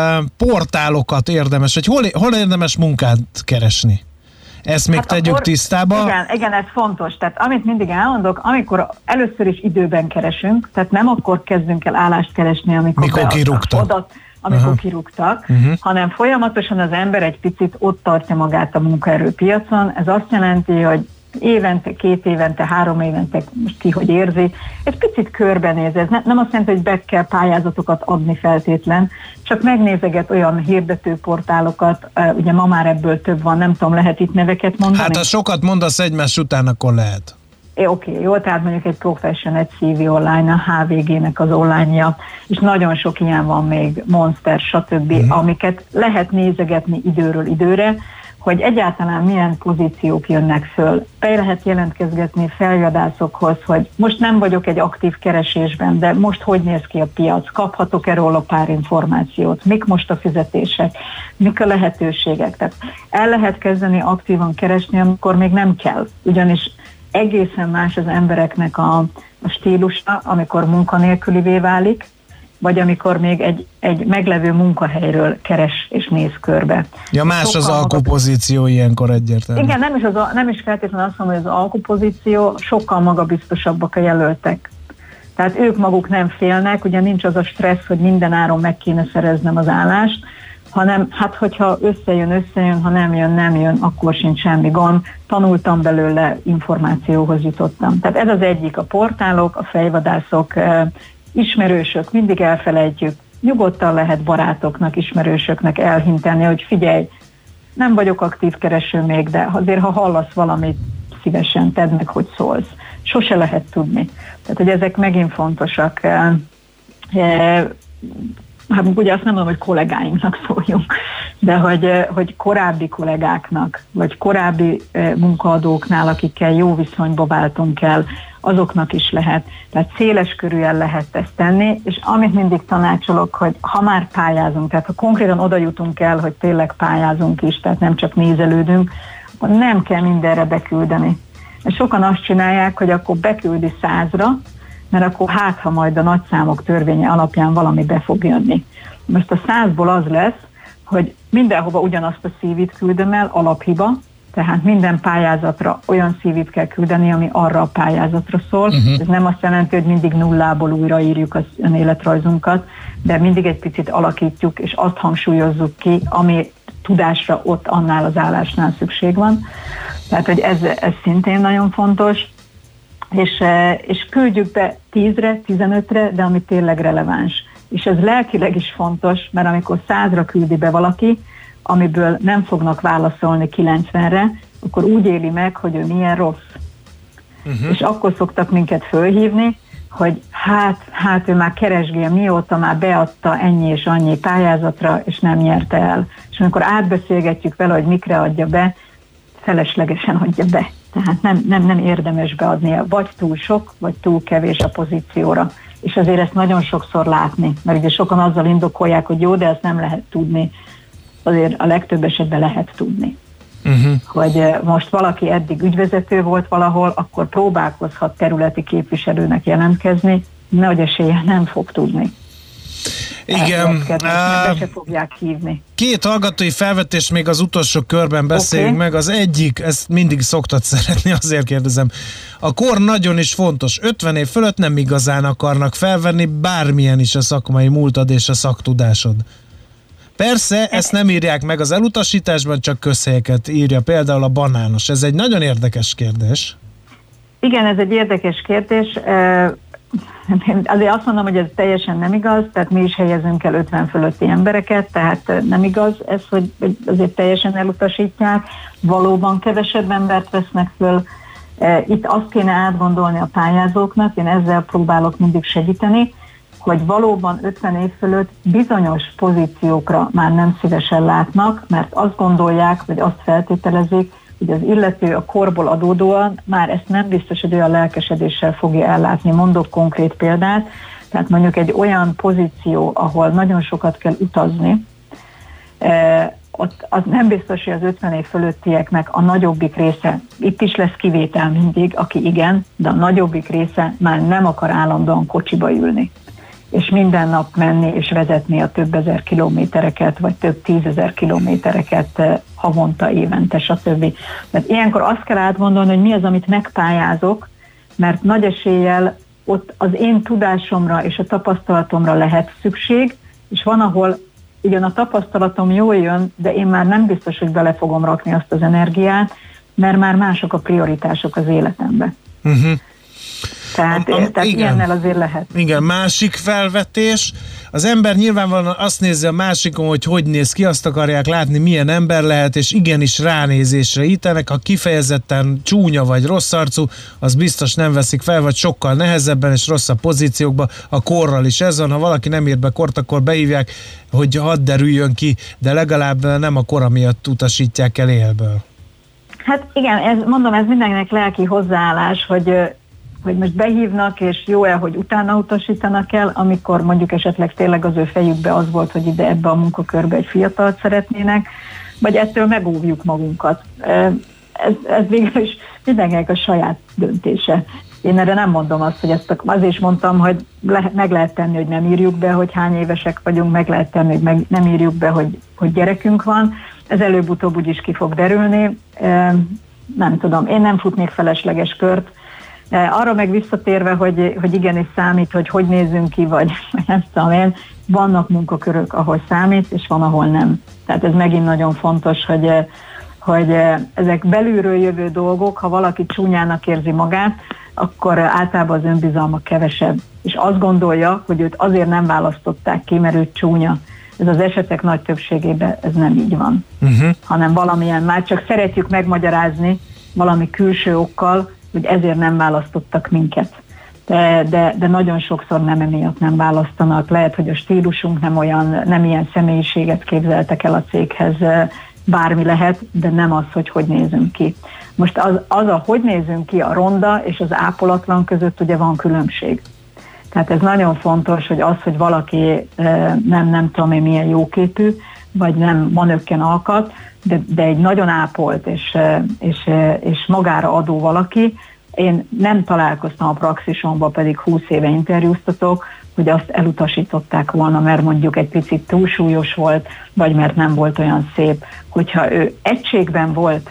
portálokat érdemes, vagy hol, hol érdemes munkát keresni? Ezt még hát tegyük por... tisztába. Igen, igen, ez fontos. Tehát amit mindig elmondok, amikor először is időben keresünk, tehát nem akkor kezdünk el állást keresni, amikor, mikor kirúgtak, odat, amikor uh-huh. kirúgtak, uh-huh. hanem folyamatosan az ember egy picit ott tartja magát a munkaerőpiacon. Ez azt jelenti, hogy évente, két évente, három évente, most ki, hogy érzi, egy picit körbenéz. Ez ne, nem azt jelenti, hogy be kell pályázatokat adni feltétlen, csak megnézeget olyan hirdetőportálokat, uh, ugye ma már ebből több van, nem tudom, lehet itt neveket mondani? Hát ha sokat mondasz egymás után, akkor lehet. É, oké, okay, jó, tehát mondjuk egy Profession, egy cé vé online, a há vé gének az online-ja, és nagyon sok ilyen van még, Monster, stb., uh-huh. amiket lehet nézegetni időről időre, hogy egyáltalán milyen pozíciók jönnek föl. Be lehet jelentkezgetni felvadászokhoz, hogy most nem vagyok egy aktív keresésben, de most hogy néz ki a piac, kaphatok-e róla pár információt, mik most a fizetések, mik a lehetőségek. Tehát el lehet kezdeni aktívan keresni, amikor még nem kell, ugyanis egészen más az embereknek a, a stílusa, amikor munkanélkülivé válik, vagy amikor még egy, egy meglevő munkahelyről keres és néz körbe. Ja, más sokkal az alkupozíció maga... ilyenkor egyértelmű. Igen, nem is, az, nem is feltétlenül azt mondom, hogy az alkupozíció, sokkal magabiztosabbak a jelöltek. Tehát ők maguk nem félnek, ugye nincs az a stressz, hogy minden áron meg kéne szereznem az állást, hanem hát hogyha összejön, összejön, ha nem jön, nem jön, akkor sincs semmi gond. Tanultam belőle, információhoz jutottam. Tehát ez az egyik, a portálok, a fejvadászok, ismerősök, mindig elfelejtjük, nyugodtan lehet barátoknak, ismerősöknek elhinteni, hogy figyelj, nem vagyok aktív kereső még, de azért ha hallasz valamit, szívesen tedd meg, hogy szólsz. Sose lehet tudni. Tehát, hogy ezek megint fontosak. Hát ugye azt nem mondom, hogy kollégáinknak szóljunk, de hogy, hogy korábbi kollégáknak, vagy korábbi munkaadóknál, akikkel jó viszonyba váltunk el, azoknak is lehet. Tehát széles körűen lehet ezt tenni, és amit mindig tanácsolok, hogy ha már pályázunk, tehát ha konkrétan oda jutunk el, hogy tényleg pályázunk is, tehát nem csak nézelődünk, akkor nem kell mindenre beküldeni. És sokan azt csinálják, hogy akkor beküldi százra, mert akkor hát, ha majd a nagyszámok törvénye alapján valami be fog jönni. Most a százból az lesz, hogy mindenhova ugyanazt a cé vét küldöm el, alaphiba, tehát minden pályázatra olyan cé vét kell küldeni, ami arra a pályázatra szól. Uh-huh. Ez nem azt jelenti, hogy mindig nullából újraírjuk az önéletrajzunkat, de mindig egy picit alakítjuk, és azt hangsúlyozzuk ki, ami tudásra ott annál az állásnál szükség van. Tehát, hogy ez, ez szintén nagyon fontos. És, és küldjük be tízre, tizenötre, de ami tényleg releváns. És ez lelkileg is fontos, mert amikor százra küldi be valaki, amiből nem fognak válaszolni kilencvenre, akkor úgy éli meg, hogy ő milyen rossz. Uh-huh. És akkor szoktak minket fölhívni, hogy hát, hát ő már keresgél, mióta már beadta ennyi és annyi pályázatra, és nem nyerte el. És amikor átbeszélgetjük vele, hogy mikre adja be, feleslegesen adja be. Tehát nem, nem, nem érdemes beadnia, vagy túl sok, vagy túl kevés a pozícióra. És azért ezt nagyon sokszor látni, mert ugye sokan azzal indokolják, hogy jó, de ezt nem lehet tudni. Azért a legtöbb esetben lehet tudni. Uh-huh. Hogy most valaki eddig ügyvezető volt valahol, akkor próbálkozhat területi képviselőnek jelentkezni, nehogy esélye nem fog tudni. Igen. Be se fogják hívni. Két hallgatói felvetés még az utolsó körben beszéljünk okay. meg. Az egyik, ezt mindig szoktad szeretni, azért kérdezem. A kor nagyon is fontos. ötven év fölött nem igazán akarnak felvenni, bármilyen is a szakmai múltad és a szaktudásod. Persze, ezt nem írják meg az elutasításban, csak közhelyeket írja például a Banános. Ez egy nagyon érdekes kérdés. Igen, ez egy érdekes kérdés. Azért azt mondom, hogy ez teljesen nem igaz, tehát mi is helyezünk el ötven fölötti embereket, tehát nem igaz ez, hogy azért teljesen elutasítják, valóban kevesebb embert vesznek föl. Itt azt kéne átgondolni a pályázóknak, én ezzel próbálok mindig segíteni, hogy valóban ötven év fölött bizonyos pozíciókra már nem szívesen látnak, mert azt gondolják, vagy azt feltételezik, hogy az illető a korból adódóan már ezt nem biztos, hogy olyan lelkesedéssel fogja ellátni. Mondok konkrét példát, tehát mondjuk egy olyan pozíció, ahol nagyon sokat kell utazni, eh, ott az nem biztos, hogy az ötven év fölöttieknek a nagyobbik része, itt is lesz kivétel mindig, aki igen, de a nagyobbik része már nem akar állandóan kocsiba ülni, és minden nap menni és vezetni a több ezer kilométereket, vagy több tízezer kilométereket havonta, évente, stb. Tehát ilyenkor azt kell átgondolni, hogy mi az, amit megpályázok, mert nagy eséllyel ott az én tudásomra és a tapasztalatomra lehet szükség, és van, ahol ugyan a tapasztalatom jól jön, de én már nem biztos, hogy bele fogom rakni azt az energiát, mert már mások a prioritások az életemben. Uh-huh. Tehát, a, a, tehát igen. ilyennel azért lehet. Igen, másik felvetés. Az ember nyilvánvalóan azt nézi a másikon, hogy hogy néz ki, azt akarják látni, milyen ember lehet, és igenis ránézésre ítenek. Ha kifejezetten csúnya vagy rossz arcú, az biztos nem veszik fel, vagy sokkal nehezebben és rosszabb pozíciókban. A korral is ez van, ha valaki nem ír be kort, akkor beívják, hogy hadd derüljön ki, de legalább nem a kora miatt utasítják el élből. Hát igen, ez, mondom, ez mindenkinek lelki hozzáállás, hogy, hogy most behívnak, és jó-e, hogy utána utasítanak el, amikor mondjuk esetleg tényleg az ő fejükbe az volt, hogy ide ebbe a munkakörbe egy fiatalt szeretnének, vagy ettől megóvjuk magunkat. Ez, ez végül is mindenkinek a saját döntése. Én erre nem mondom azt, hogy ezt azért is mondtam, hogy le, meg lehet tenni, hogy nem írjuk be, hogy hány évesek vagyunk, meg lehet tenni, hogy meg nem írjuk be, hogy, hogy gyerekünk van. Ez előbb-utóbb úgyis ki fog derülni. E, nem tudom, én nem futnék felesleges kört. E, arra meg visszatérve, hogy, hogy igenis számít, hogy hogy nézzünk ki, vagy nem tudom én, vannak munkakörök, ahol számít, és van, ahol nem. Tehát ez megint nagyon fontos, hogy, hogy ezek belülről jövő dolgok, ha valaki csúnyának érzi magát, akkor általában az önbizalma kevesebb. És azt gondolja, hogy őt azért nem választották ki, mert ő csúnya. Ez az esetek nagy többségében ez nem így van. Uh-huh. Hanem valamilyen, már csak szeretjük megmagyarázni valami külső okkal, hogy ezért nem választottak minket. De, de, de nagyon sokszor nem emiatt nem választanak. Lehet, hogy a stílusunk nem olyan, nem ilyen személyiséget képzeltek el a céghez, bármi lehet, de nem az, hogy hogy nézünk ki. Most az, az a hogy nézünk ki a ronda és az ápolatlan között ugye van különbség. Tehát ez nagyon fontos, hogy az, hogy valaki nem, nem tudom én milyen jóképű, vagy nem manökken alkat, de, de egy nagyon ápolt és, és, és magára adó valaki. Én nem találkoztam a praxisomban, pedig húsz éve interjúztatok, hogy azt elutasították volna, mert mondjuk egy picit túlsúlyos volt, vagy mert nem volt olyan szép. Hogyha ő egységben volt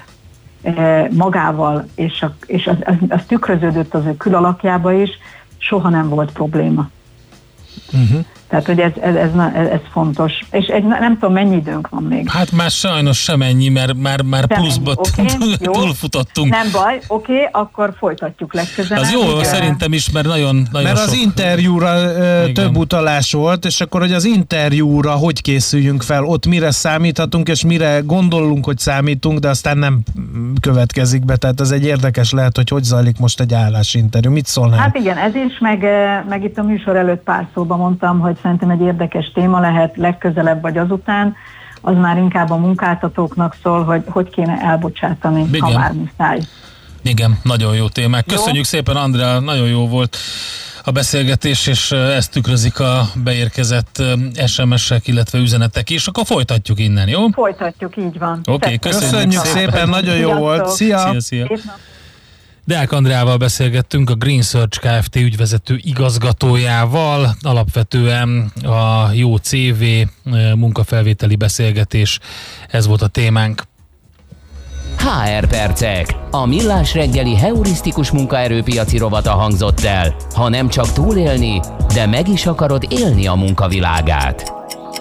magával, és, a, és az, az, az tükröződött az ő külalakjába is, soha nem volt probléma. Uh-huh. Tehát, hogy ez, ez, ez, ez fontos. És egy, nem tudom, mennyi időnk van még. Hát már sajnos sem ennyi, mert már, már pluszba okay, túlfutottunk. Nem baj, oké, okay, akkor folytatjuk legközelebb. Az jó, igen. Szerintem is, mert nagyon, nagyon Mert sok... az interjúra ö, több utalás volt, és akkor, hogy az interjúra hogy készüljünk fel, ott mire számíthatunk, és mire gondolunk, hogy számítunk, de aztán nem következik be, tehát ez egy érdekes lehet, hogy hogy zajlik most egy állásinterjú. Mit szólnál? Hát igen, ez is, meg, meg itt a műsor előtt pár szóban mondtam, hogy szerintem egy érdekes téma lehet legközelebb vagy azután, az már inkább a munkáltatóknak szól, hogy hogy kéne elbocsátani, igen. Ha már muszáj. Igen, nagyon jó témák. Köszönjük jó. Szépen, Andrea, nagyon jó volt a beszélgetés, és ezt tükrözik a beérkezett es em es-ek, illetve üzenetek is. Akkor folytatjuk innen, jó? Folytatjuk, így van. Oké, okay, köszönjük, köszönjük szépen, szépen, nagyon jó volt. Szia! Szia, szia. Deák Andreával beszélgettünk, a Green Search Kft. Ügyvezető igazgatójával, alapvetően a jó cé vé, munkafelvételi beszélgetés, ez volt a témánk. há er percek. A Millás reggeli heurisztikus munkaerőpiaci rovata hangzott el. Ha nem csak túlélni, de meg is akarod élni a munkavilágát.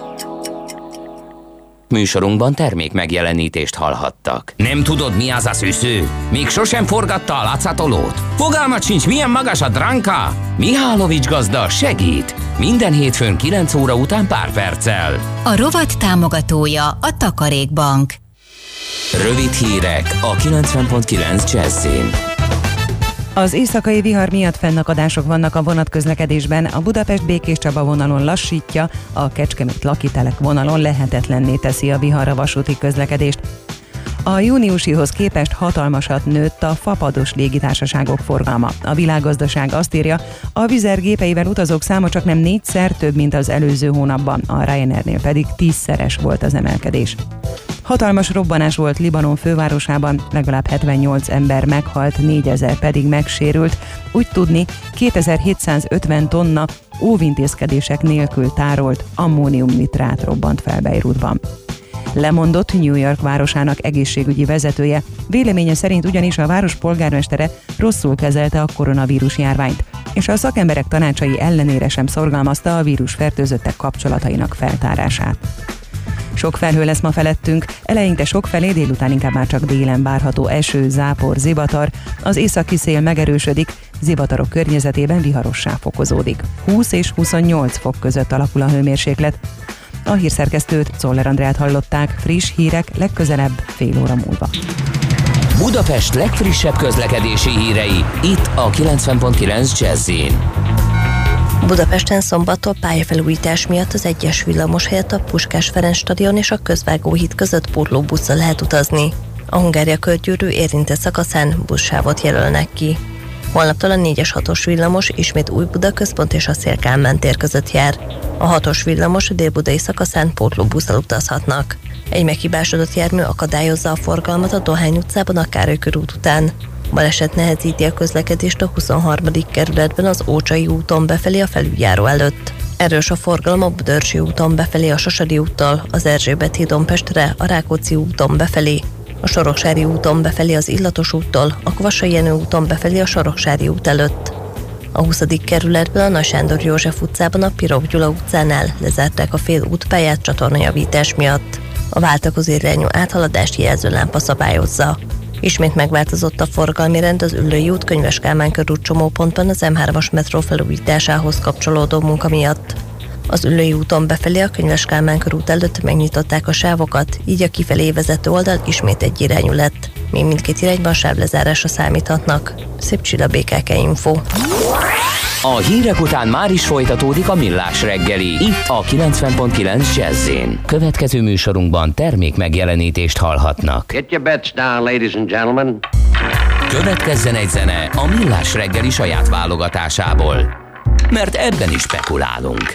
Műsorunkban termék megjelenítést hallhattak. Nem tudod, mi az a szűző? Még sosem forgatta a látszatolót? Fogalmat sincs, milyen magas a dránka? Mihálovics gazda segít! Minden hétfőn kilenc óra után pár perccel. A rovat támogatója a Takarékbank. Rövid hírek a kilencven pont kilenc Jazzin. Az éjszakai vihar miatt fennakadások vannak a vonatközlekedésben, a Budapest-Békéscsaba vonalon lassítja, a Kecskemét-Lakitelek vonalon lehetetlenné teszi a vihar a vasúti közlekedést. A júniusihoz képest hatalmasat nőtt a fapados légitársaságok forgalma. A Világgazdaság azt írja, a Wizz Air gépeivel utazók száma csak nem négyszer több, mint az előző hónapban, a Ryanairnél pedig tízszeres volt az emelkedés. Hatalmas robbanás volt Libanon fővárosában, legalább hetvennyolc ember meghalt, négyezer pedig megsérült. Úgy tudni, kétezer-hétszázötven tonna óvintézkedések nélkül tárolt ammóniumnitrát robbant fel Beirutban. Lemondott New York városának egészségügyi vezetője, véleménye szerint ugyanis a város polgármestere rosszul kezelte a koronavírus járványt, és a szakemberek tanácsai ellenére sem szorgalmazta a vírusfertőzöttek kapcsolatainak feltárását. Sok felhő lesz ma felettünk, eleinte sokfelé, délután inkább már csak délen várható eső, zápor, zivatar, az északi szél megerősödik, zivatarok környezetében viharossá fokozódik. húsz és huszonnyolc fok között alakul a hőmérséklet. A hírszerkesztőt, Czoller Andrát hallották, friss hírek legközelebb fél óra múlva. Budapest legfrissebb közlekedési hírei, itt a kilencven pont kilenc Jazz-in. Budapesten szombattól pályafelújítás miatt az egyes villamos helyett a Puskás Ferenc stadion és a Közvágóhíd között pótlóbusszal lehet utazni. A Hungária körgyűrű érintett szakaszán buszsávot jelölnek ki. Holnaptól a négyes hatos villamos ismét Új-Buda központ és a Széll-Kálmán tér között jár. A hatos villamos délbudai szakaszán pótlóbusszal utazhatnak. Egy meghibásodott jármű akadályozza a forgalmat a Dohány utcában a Károly körút után. Baleset nehezíti a közlekedést a huszonharmadik kerületben az Ócsai úton befelé a felüljáró előtt. Erős a forgalom a Budörsi úton befelé a Sasadi úttal, az Erzsébet hídon Pestre, a Rákóczi úton befelé, a Soroksári úton befelé az Illatos úttól, a Kvassai Jenő úton befelé a Soroksári út előtt. A huszadik kerületben a Nagy Sándor József utcában a Pirog Gyula utcánál lezárták a fél útpályát csatornajavítás miatt. A váltakozó irányú áthaladást jelzőlámpa szabályozza. Ismét megváltozott a forgalmi rend az Üllői út Könyves Kálmán körút csomópontban az em hármas metró felújításához kapcsolódó munka miatt. Az Üllői úton befelé a Könyves Kálmán körút előtt megnyitották a sávokat, így a kifelé vezető oldal ismét egyirányú lett. Még mindkét irányban sávlezárásra számíthatnak. Szép Csilla, bé ká ká Info. A hírek után már is folytatódik a Millás reggeli, itt a kilencven pont kilenc Jazz-in. Következő műsorunkban termék megjelenítést hallhatnak. Get your bets down, ladies and gentlemen. Következzen egy zene a Millás reggeli saját válogatásából, mert ebben is spekulálunk.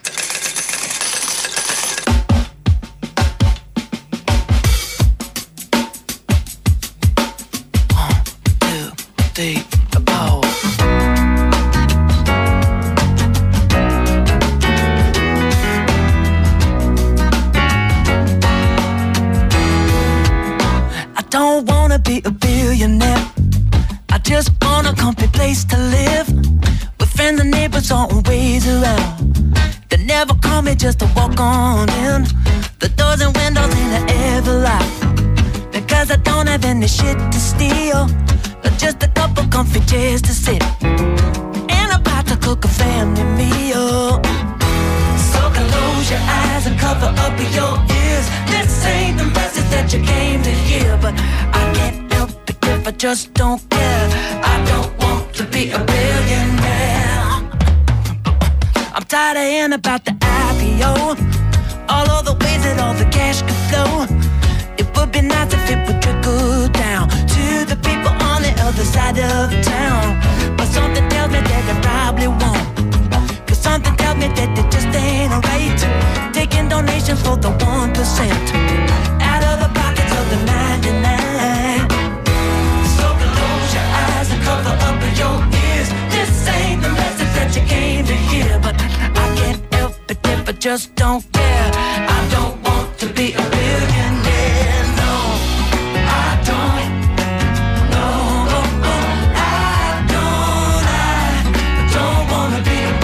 Be a billionaire. I just want a comfy place to live, with friends and neighbors always around. They never call me just to walk on in. The doors and windows ain't ever locked, because I don't have any shit to steal, but just a couple comfy chairs to sit, and about to cook a family meal. So close your eyes and cover up your ears. This ain't the message that you came to hear, but I can't help it if I just don't care. I don't want to be a billionaire. I'm tired of hearing about the I P O, all of the ways that all the cash could flow. It would be nice if it would trickle down to the people on the other side of town, but something tells me that it probably won't. Something tells me that it just ain't right, taking donations for the one percent out of the pockets of the ninety-nine. So close your eyes and cover up your ears. This ain't the message that you came to hear, but I can't help it if I just don't care. I don't want to be a billionaire, no, I don't. No, oh, oh, I don't, I don't wanna be a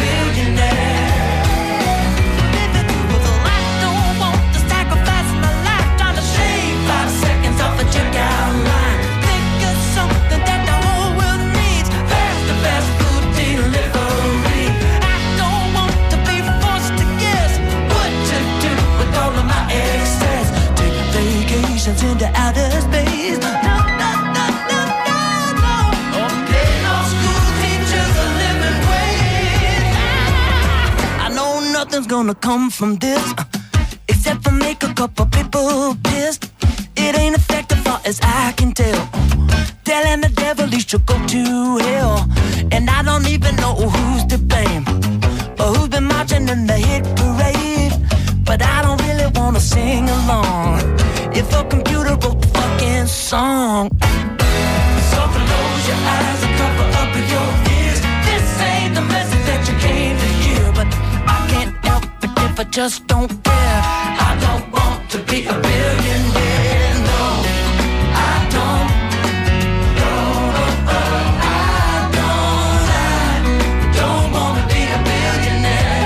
into outer space. No, no, no, no, no, no. Or pay no school teachers a living wage. I know nothing's gonna come from this, uh, except for make a couple people pissed. It ain't effective far as I can tell. Telling the devil he should go to hell, and I don't even know who's to blame, or who's been marching in the hit parade. But I don't really wanna sing along if a computer wrote the fucking song. So close your eyes and cover up your ears. This ain't the message that you came to hear, but I can't help it if I just don't care. I don't want to be a billionaire, no, I don't. No, oh, oh, I don't, I don't wanna be a billionaire.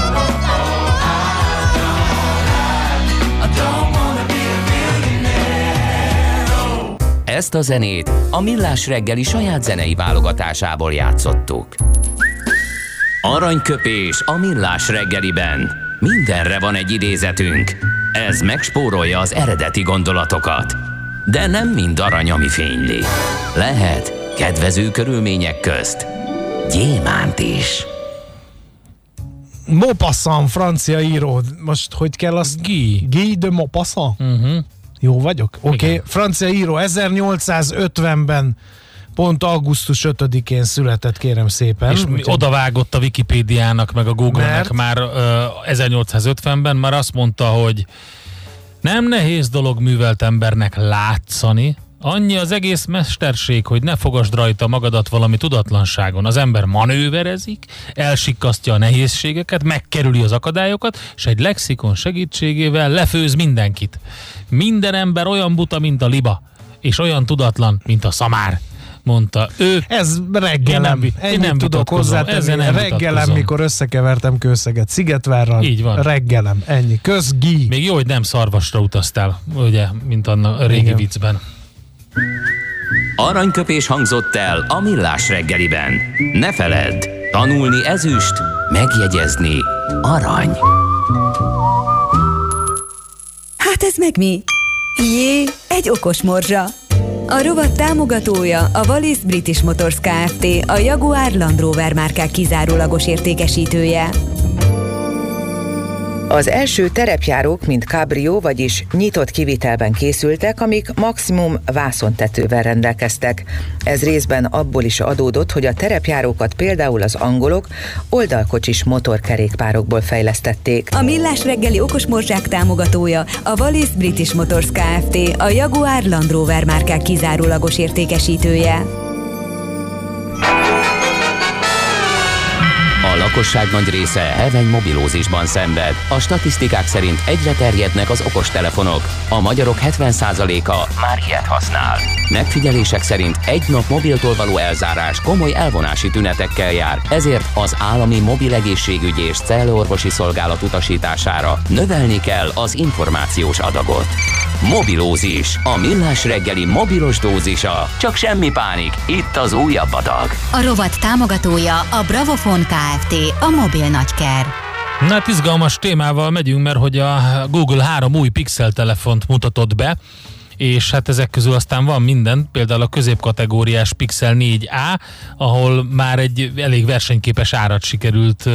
Don't wanna be a billionaire. Ezt a zenét a Millás reggeli saját zenei válogatásából játszottuk. Aranyköpés a Millás reggeliben. Mindenre van egy idézetünk. Ez megspórolja az eredeti gondolatokat. De nem mind arany, ami fényli. Lehet kedvező körülmények közt gyémánt is. Maupassant, francia író. Most hogy kell azt? Guy. Guy de Maupassant? Uh-huh. Jó vagyok? Oké. Okay. Francia író ezernyolcszázötvenben pont augusztus ötödikén született, kérem szépen. És Úgy, odavágott a Wikipédiának, meg a Google-nek mert... már uh, ezernyolcszázötvenben, már azt mondta, hogy nem nehéz dolog művelt embernek látszani, annyi az egész mesterség, hogy ne fogasd rajta magadat valami tudatlanságon. Az ember manőverezik, elsikkasztja a nehézségeket, megkerüli az akadályokat, és egy lexikon segítségével lefőz mindenkit. Minden ember olyan buta, mint a liba, és olyan tudatlan, mint a szamár, mondta ő. Ez reggelem. Én nem, én nem tudok hozzátenni. Reggelem, mikor összekevertem Kőszeget Szigetvárral. Így van. Reggelem. Ennyi. Kösz, Guy. Még jó, hogy nem szarvasra utaztál, ugye, mint a régi igen. viccben. Aranyköpés hangzott el a Millás reggeliben. Ne feledd, tanulni ezüst, megjegyezni arany. Hát ez meg mi? Jé, egy okos morzsa. A rovat támogatója a Wallis British Motors Kft., a Jaguar Land Rover márkák kizárólagos értékesítője. Az első terepjárók, mint Cabrio, vagyis nyitott kivitelben készültek, amik maximum vászontetővel rendelkeztek. Ez részben abból is adódott, hogy a terepjárókat például az angolok oldalkocsis motorkerékpárokból fejlesztették. A Millás reggeli okos morzsák támogatója a Wallis British Motors Kft., a Jaguar Land Rover márkák kizárólagos értékesítője. A lakosság nagy része heveny mobilózisban szenved. A statisztikák szerint egyre terjednek az okostelefonok. A magyarok hetven százaléka már ilyet használ. Megfigyelések szerint egy nap mobiltól való elzárás komoly elvonási tünetekkel jár, ezért az állami mobil egészségügyi és cellorvosi szolgálat utasítására növelni kell az információs adagot. Mobilózis, a Millás reggeli mobilos dózisa. Csak semmi pánik, itt az újabb adag. A rovat támogatója a Bravofon Kft., a mobil nagyker. Na hát izgalmas témával megyünk, mert hogy a Google három új Pixel telefont mutatott be, és hát ezek közül aztán van minden, például a középkategóriás Pixel négy á, ahol már egy elég versenyképes árat sikerült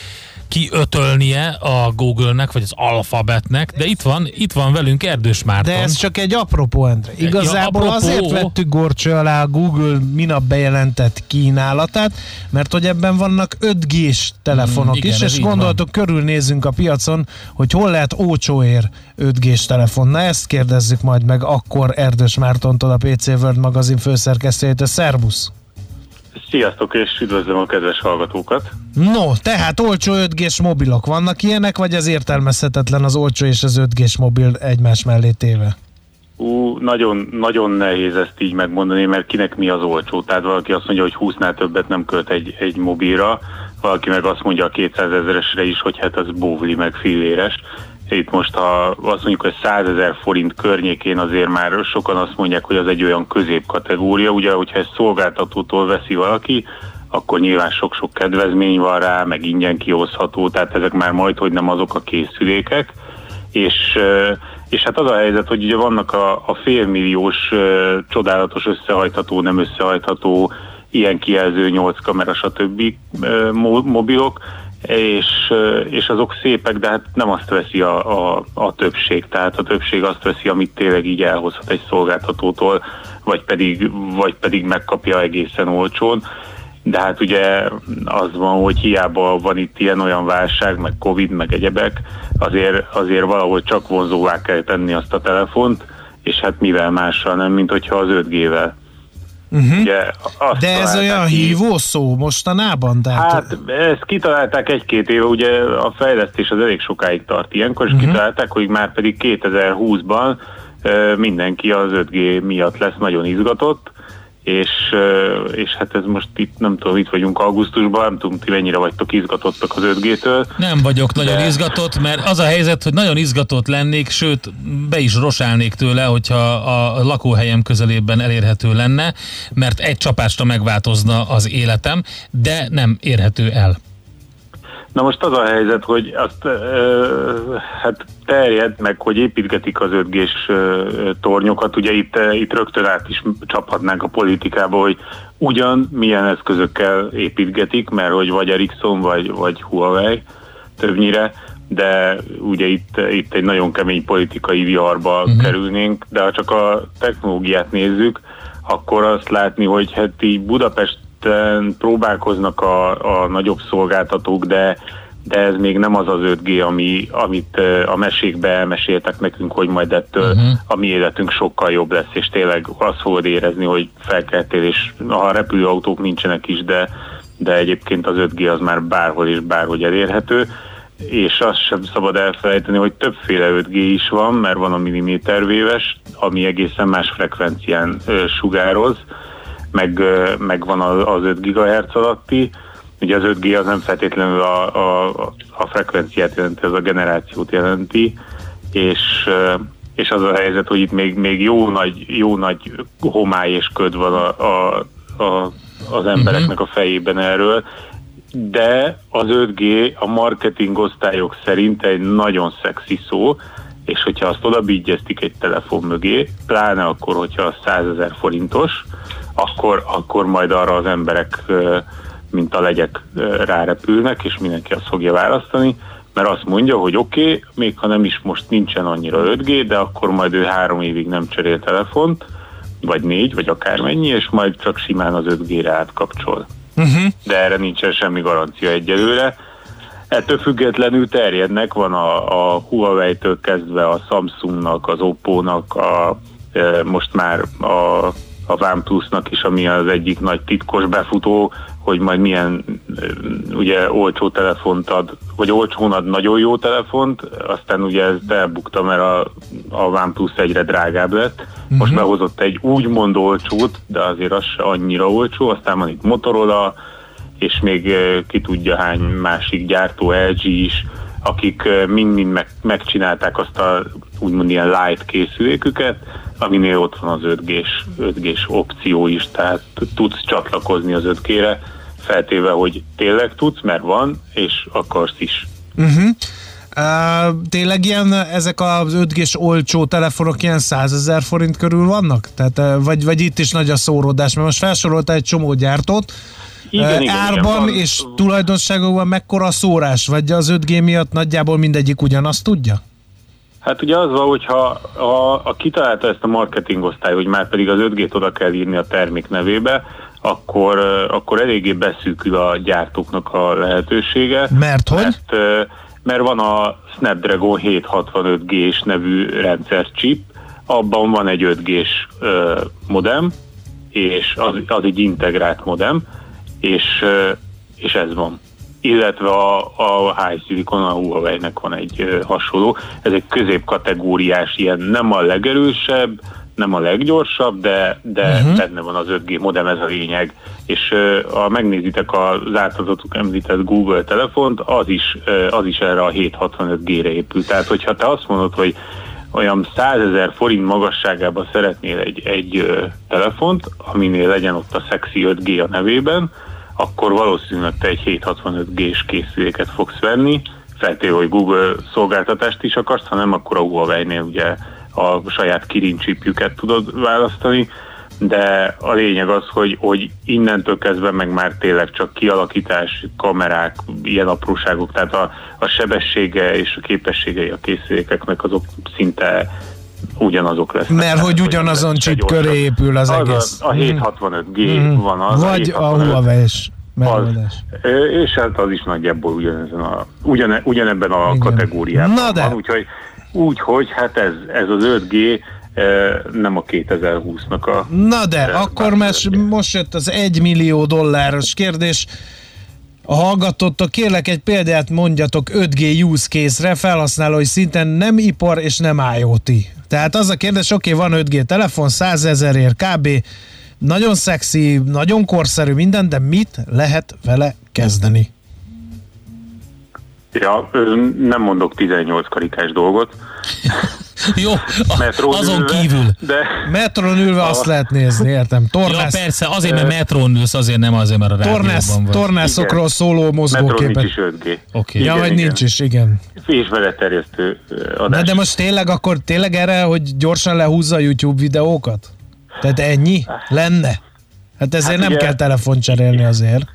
kiötölnie a Google-nek, vagy az Alphabetnek, de itt van, itt van velünk Erdős Márton. De ez csak egy apropó, Endre. Igazából ja, apropó, azért vettük górcső alá a Google minap bejelentett kínálatát, mert hogy ebben vannak öt gés telefonok mm, igen, is, és gondoltuk, körülnézzünk a piacon, hogy hol lehet olcsóért öt gés telefon. Na ezt kérdezzük majd meg akkor Erdős Mártontól, a pé cé World magazin főszerkesztőjétől. Szervusz! Sziasztok, és üdvözlöm a kedves hallgatókat! No, tehát olcsó öt gés mobilok vannak ilyenek, vagy az értelmezhetetlen az olcsó és az öt gés mobil egymás mellé téve? Ú, nagyon, nagyon nehéz ezt így megmondani, mert kinek mi az olcsó. Tehát valaki azt mondja, hogy húsznál többet nem költ egy, egy mobilra, valaki meg azt mondja a kétszázezeresre is, hogy hát az bóvli meg filléres. Itt most, ha azt mondjuk, hogy százezer forint környékén azért már sokan azt mondják, hogy az egy olyan középkategória. Ugye, hogyha ezt szolgáltatótól veszi valaki, akkor nyilván sok-sok kedvezmény van rá, meg ingyen kihozható, tehát ezek már majd, hogy nem azok a készülékek. És, és hát az a helyzet, hogy ugye vannak a, a félmilliós csodálatos összehajtható, nem összehajtható, ilyen kijelző, nyolc kamera, stb. Mobilok, és, és azok szépek, de hát nem azt veszi a, a, a többség, tehát a többség azt veszi, amit tényleg így elhozhat egy szolgáltatótól, vagy pedig, vagy pedig megkapja egészen olcsón. De hát ugye az van, hogy hiába van itt ilyen-olyan válság, meg Covid, meg egyebek, azért, azért valahogy csak vonzóvá kell tenni azt a telefont, és hát mivel mással nem, mint hogyha az öt gével. Uh-huh. Ugye, de ez olyan ki... hívó szó mostanában? Tehát... Hát ezt kitalálták egy-két éve, ugye a fejlesztés az elég sokáig tart ilyenkor, és uh-huh. kitalálták, hogy már pedig kétezer-húszban uh, mindenki az öt gé miatt lesz nagyon izgatott, és, és hát ez most itt, nem tudom, itt vagyunk augusztusban, nem tudom, ti mennyire vagytok izgatottak az öt G-től. Nem vagyok nagyon de... izgatott, mert az a helyzet, hogy nagyon izgatott lennék, sőt, be is rosálnék tőle, hogyha a lakóhelyem közelében elérhető lenne, mert egy csapásra megváltozna az életem, de nem érhető el. Na most az a helyzet, hogy azt ö, hát terjed meg, hogy építgetik az öt G-s ö, tornyokat, ugye itt, itt rögtön át is csaphatnánk a politikába, hogy ugyan milyen eszközökkel építgetik, mert hogy vagy Ericsson, vagy, vagy Huawei többnyire, de ugye itt, itt egy nagyon kemény politikai viharba uh-huh. kerülnénk, de ha csak a technológiát nézzük, akkor azt látni, hogy hát így Budapest próbálkoznak a, a nagyobb szolgáltatók, de, de ez még nem az az öt G, ami, amit a mesékbe elmeséltek nekünk, hogy majd ettől uh-huh. a mi életünk sokkal jobb lesz, és tényleg azt fogod érezni, hogy felkeltél, és a repülőautók nincsenek is, de, de egyébként az öt G az már bárhol és bárhogy elérhető, és azt sem szabad elfelejteni, hogy többféle öt G is van, mert van a millimétervéves, ami egészen más frekvencián ö, sugároz, meg, meg van az öt gigahertz alatti. Ugye az öt G az nem feltétlenül a, a, a frekvenciát jelenti, az a generációt jelenti, és, és az a helyzet, hogy itt még, még jó, nagy, jó nagy homály és köd van a, a, a, az embereknek a fejében erről, de az öt G a marketing osztályok szerint egy nagyon szexi szó, és hogyha azt odabigyeztik egy telefon mögé, pláne akkor, hogyha százezer forintos, Akkor, akkor majd arra az emberek, mint a legyek rárepülnek, és mindenki azt fogja választani, mert azt mondja, hogy oké, okay, még ha nem is most nincsen annyira öt G, de akkor majd ő három évig nem cserél telefont, vagy négy, vagy akármennyi, és majd csak simán az öt G-re átkapcsol. Uh-huh. De erre nincsen semmi garancia egyelőre. Ettől függetlenül terjednek, van a, a Huawei-től kezdve a Samsungnak, az Oppo-nak, a, most már a a OnePlusnak is, ami az egyik nagy titkos befutó, hogy majd milyen ugye olcsó telefont ad, vagy olcsón ad nagyon jó telefont, aztán ugye ez elbukta, mert a, a OnePlus egyre drágább lett. Most uh-huh. behozott egy úgymond olcsót, de azért az se annyira olcsó, aztán van itt Motorola, és még ki tudja hány másik gyártó, el gé is, akik mind-mind meg, megcsinálták azt a úgymond ilyen light készüléküket, aminél ott van az öt G-s, öt G-s opció is, tehát tudsz csatlakozni az öt G-re, feltéve, hogy tényleg tudsz, mert van, és akarsz is. Uh-huh. Uh, tényleg ilyen, ezek az öt G-s olcsó telefonok ilyen százezer forint körül vannak? Tehát, uh, vagy, vagy itt is nagy a szóródás, mert most felsorolta egy csomó gyártót, igen, igen, árban igen, és tulajdonságokban mekkora a szórás, vagy az öt G miatt nagyjából mindegyik ugyanazt tudja? Hát ugye az van, hogyha a, a kitalálta ezt a marketing osztály, hogy már pedig az öt G-t oda kell írni a termék nevébe, akkor, akkor eléggé beszűkül a gyártóknak a lehetősége. Mert hogy? Mert, mert van a Snapdragon hétszázhatvanöt G-s nevű rendszerchip, abban van egy öt G-s modem, és az, az egy integrált modem, és, és ez van. Illetve a, a HiSilicon, a Huawei-nek van egy ö, hasonló. Ez egy középkategóriás, ilyen nem a legerősebb, nem a leggyorsabb, de, de uh-huh. benne van az öt G modem, ez a lényeg. És ö, ha megnézitek az általatok említett Google telefont, az is, ö, az is erre a hétszázhatvanöt G-re épül. Tehát, hogyha te azt mondod, hogy olyan százezer forint magasságában szeretnél egy, egy ö, telefont, aminél legyen ott a Sexy öt G a nevében, akkor valószínűleg te egy hétszázhatvanöt G-s készüléket fogsz venni, feltéve, hogy Google szolgáltatást is akarsz, ha nem, akkor a Huawei-nél ugye a saját kirincsipjüket tudod választani, de a lényeg az, hogy, hogy innentől kezdve meg már tényleg csak kialakítás, kamerák, ilyen apróságok, tehát a, a sebessége és a képességei a készülékeknek azok szinte ugyanazok lesznek. Mert hogy ugyanazon chip köré épül az, az egész. A, a hétszázhatvanöt G mm. van az. Vagy a, a Huawei-s megoldás. És hát az is nagyjából ugyanezen a, ugyane, ugyanebben a igen. kategóriában Na de. van. Úgyhogy, úgyhogy hát ez, ez az öt G nem a kétezer-húsznak a... Na de, akkor mes, most jött az egy millió dolláros kérdés. A hallgatótól kérlek egy példát mondjatok öt G use case-re, felhasználói szinten nem ipar és nem IoT. Tehát az a kérdés, oké, okay, van öt G telefon, százezerért kb. nagyon szexi, nagyon korszerű minden, de mit lehet vele kezdeni? Ja, nem mondok tizennyolc karikás dolgot. Jó, Metrón azon ülve, kívül. De metron ülve a... azt lehet nézni, értem. Tornász... Ja, persze, azért, mert metrón ülsz, azért nem azért, mert a rádióban vagy. Tornászokról szóló mozgóképet. Metron nincs is öt G. Okay. Ja, vagy nincs is, igen. És vele terjesztő adás. Na de most tényleg akkor tényleg erre, hogy gyorsan lehúzza a YouTube videókat? Tehát ennyi lenne? Hát ezért hát nem ugye, kell telefont cserélni azért.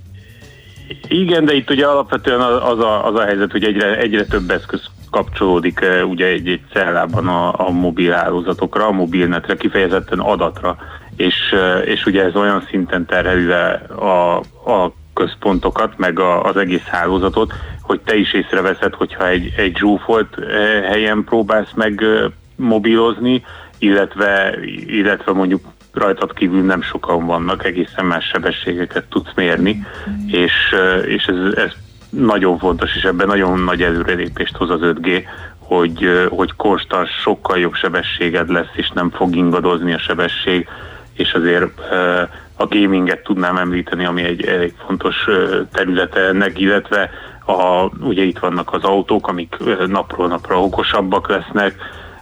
Igen, de itt ugye alapvetően az a, az a helyzet, hogy egyre, egyre több eszköz kapcsolódik ugye egy-egy cellában a, a mobil hálózatokra, a mobilnetre, kifejezetten adatra, és, és ugye ez olyan szinten terheli a, a központokat, meg a, az egész hálózatot, hogy te is észreveszed, hogyha egy, egy zsúfolt helyen próbálsz meg mobilozni, illetve, illetve mondjuk rajtad kívül nem sokan vannak, egészen más sebességeket tudsz mérni, és, és ez, ez nagyon fontos, és ebben nagyon nagy előrelépést hoz az öt G, hogy, hogy konstans, sokkal jobb sebességed lesz, és nem fog ingadozni a sebesség, és azért a gaminget tudnám említeni, ami egy elég fontos területe ennek, illetve a, ugye itt vannak az autók, amik napról napra okosabbak lesznek.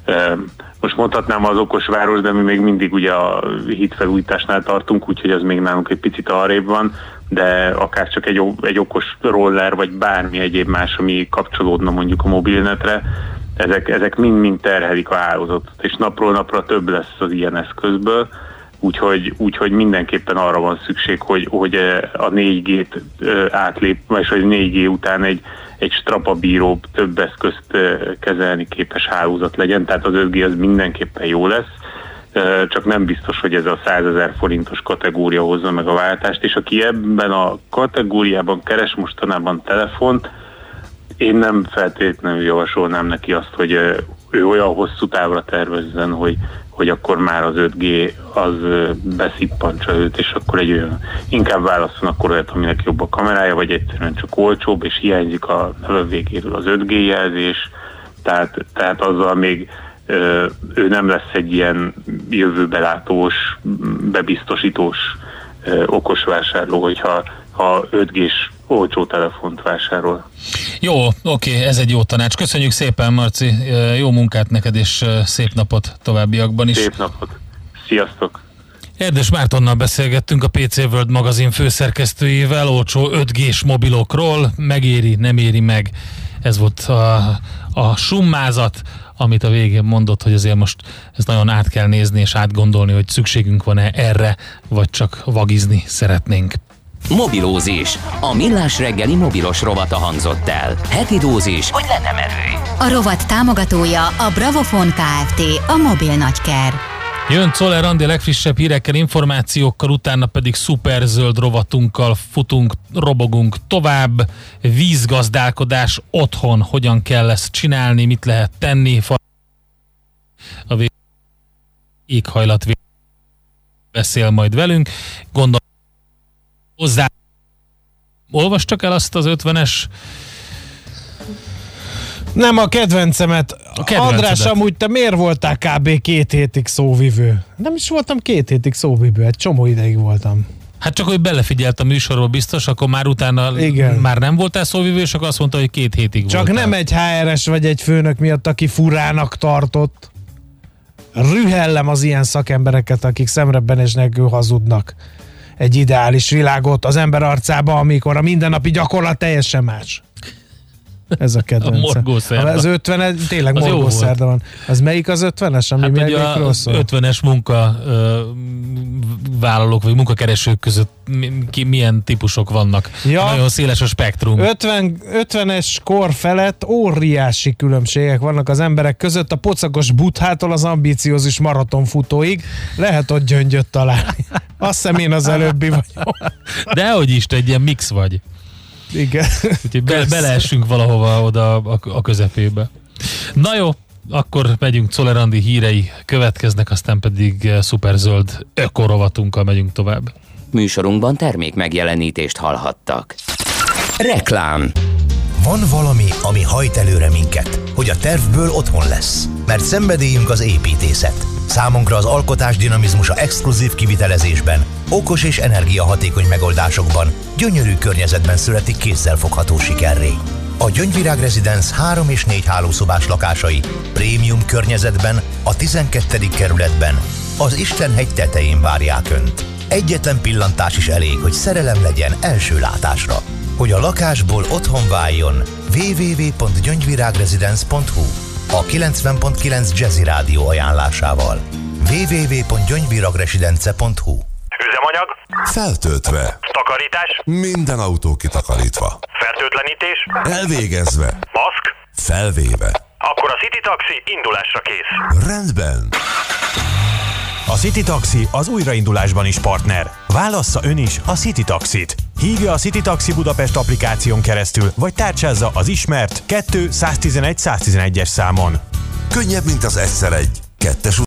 Most mondhatnám az okos város, de mi még mindig ugye a hitfelújításnál tartunk, úgyhogy az még nálunk egy picit arrébb van, de akár csak egy, egy okos roller, vagy bármi egyéb más, ami kapcsolódna mondjuk a mobilnetre, ezek, ezek mind-mind terhelik a hálózatot, és napról napra több lesz az ilyen eszközből, úgyhogy, úgyhogy mindenképpen arra van szükség, hogy, hogy a négy G-t átlép, vagy hogy négy G után egy, egy strapabíróbb, több eszközt kezelni képes hálózat legyen, tehát az öt G az mindenképpen jó lesz, csak nem biztos, hogy ez a százezer forintos kategória hozza meg a váltást, és aki ebben a kategóriában keres mostanában telefont, én nem feltétlenül javasolnám neki azt, hogy ő olyan hosszú távra tervezzen, hogy, hogy akkor már az öt G az beszippantsa őt, és akkor egy olyan, inkább válasszon akkor olyat, aminek jobb a kamerája, vagy egyszerűen csak olcsóbb, és hiányzik a neve végéről az öt G jelzés, tehát, tehát azzal még ő nem lesz egy ilyen jövőbelátós, bebiztosítós okos vásárló, hogyha ha öt G-s olcsó telefont vásárol. Jó, oké, ez egy jó tanács. Köszönjük szépen, Marci, jó munkát neked, és szép napot továbbiakban is. Szép napot. Sziasztok! Erdős Mártonnal beszélgettünk, a pé cé World magazin főszerkesztőjével, olcsó öt G-s mobilokról, megéri, nem éri meg. Ez volt a, a summázat, amit a végén mondott, hogy azért most ezt nagyon át kell nézni és átgondolni, hogy szükségünk van-e erre, vagy csak vagizni szeretnénk. Mobilózis. A millás reggeli mobilos rovata hangzott el. Heti dózis, hogy lenne merő. A rovat támogatója a Bravofon Kft. A mobil nagyker. Jön Czoller Andi legfrissebb hírekkel, információkkal, utána pedig szuperzöld rovatunkkal futunk, robogunk tovább. Vízgazdálkodás otthon, hogyan kell ezt csinálni, mit lehet tenni. A vég... éghajlat beszél majd velünk. Gondolom hozzá. Olvastak el azt az ötvenes? Nem, a kedvencemet. A kedvencemet. András, amúgy te miért voltál kb. két hétig szóvivő? Nem is voltam két hétig szóvivő, egy csomó ideig voltam. Hát csak, hogy belefigyelt a műsorba biztos, akkor már utána igen. Már nem voltál szóvivő, és akkor azt mondta, hogy két hétig csak voltál. Nem egy há er es vagy egy főnök miatt, aki furának tartott. Rühellem az ilyen szakembereket, akik szemrebbenés nélkül hazudnak egy ideális világot az ember arcába, amikor a mindennapi gyakorlat teljesen más. Ez a kedvencem. A morgószerda. Az ötven, tényleg morgószerda van. Az melyik az ötvenes, ami hát még az ötvenes munka ö, vállalók, vagy munkakeresők között ki, milyen típusok vannak. Ja, nagyon széles a spektrum. ötven, ötvenes kor felett óriási különbségek vannak az emberek között, a pocakos buthától az ambiciózus maratonfutóig lehet ott gyöngyöt találni. Azt hiszem én az előbbi vagyok. Dehogy is, te egy ilyen mix vagy. Igen. Úgyhogy be, beleessünk valahova oda a, a közepébe. Na jó, akkor megyünk, Czoller Andi hírei következnek, aztán pedig szuperzöld ökorovatunkkal megyünk tovább. Műsorunkban termék megjelenítést hallhattak. Reklám. Van valami, ami hajt előre minket, hogy a tervből otthon lesz, mert szenvedélyünk az építészet. Számunkra az alkotás dinamizmusa exkluzív kivitelezésben, okos és energiahatékony megoldásokban, gyönyörű környezetben születik kézzelfogható sikerré. A Gyöngyvirág Residence három és négy hálószobás lakásai prémium környezetben, a tizenkettedik kerületben, az Istenhegy tetején várják Önt. Egyetlen pillantás is elég, hogy szerelem legyen első látásra. Hogy a lakásból otthon váljon, double-u double-u double-u pont gyöngyvirágresidence pont hu a kilencven pont kilenc Jazzy Rádió ajánlásával. double-u double-u double-u pont gyöngyvirágresidence pont hu. Üzemanyag? Feltöltve. Takarítás? Minden autó kitakarítva. Fertőtlenítés? Elvégezve. Maszk? Felvéve. Akkor a City Taxi indulásra kész. Rendben. A City Taxi az újraindulásban is partner. Válassza ön is a City Taxit. Hívja a City Taxi Budapest applikáción keresztül, vagy tárcsázza az ismert kettő száztizenegy száztizenegyes számon. Könnyebb, mint az egyszer egy. Kettes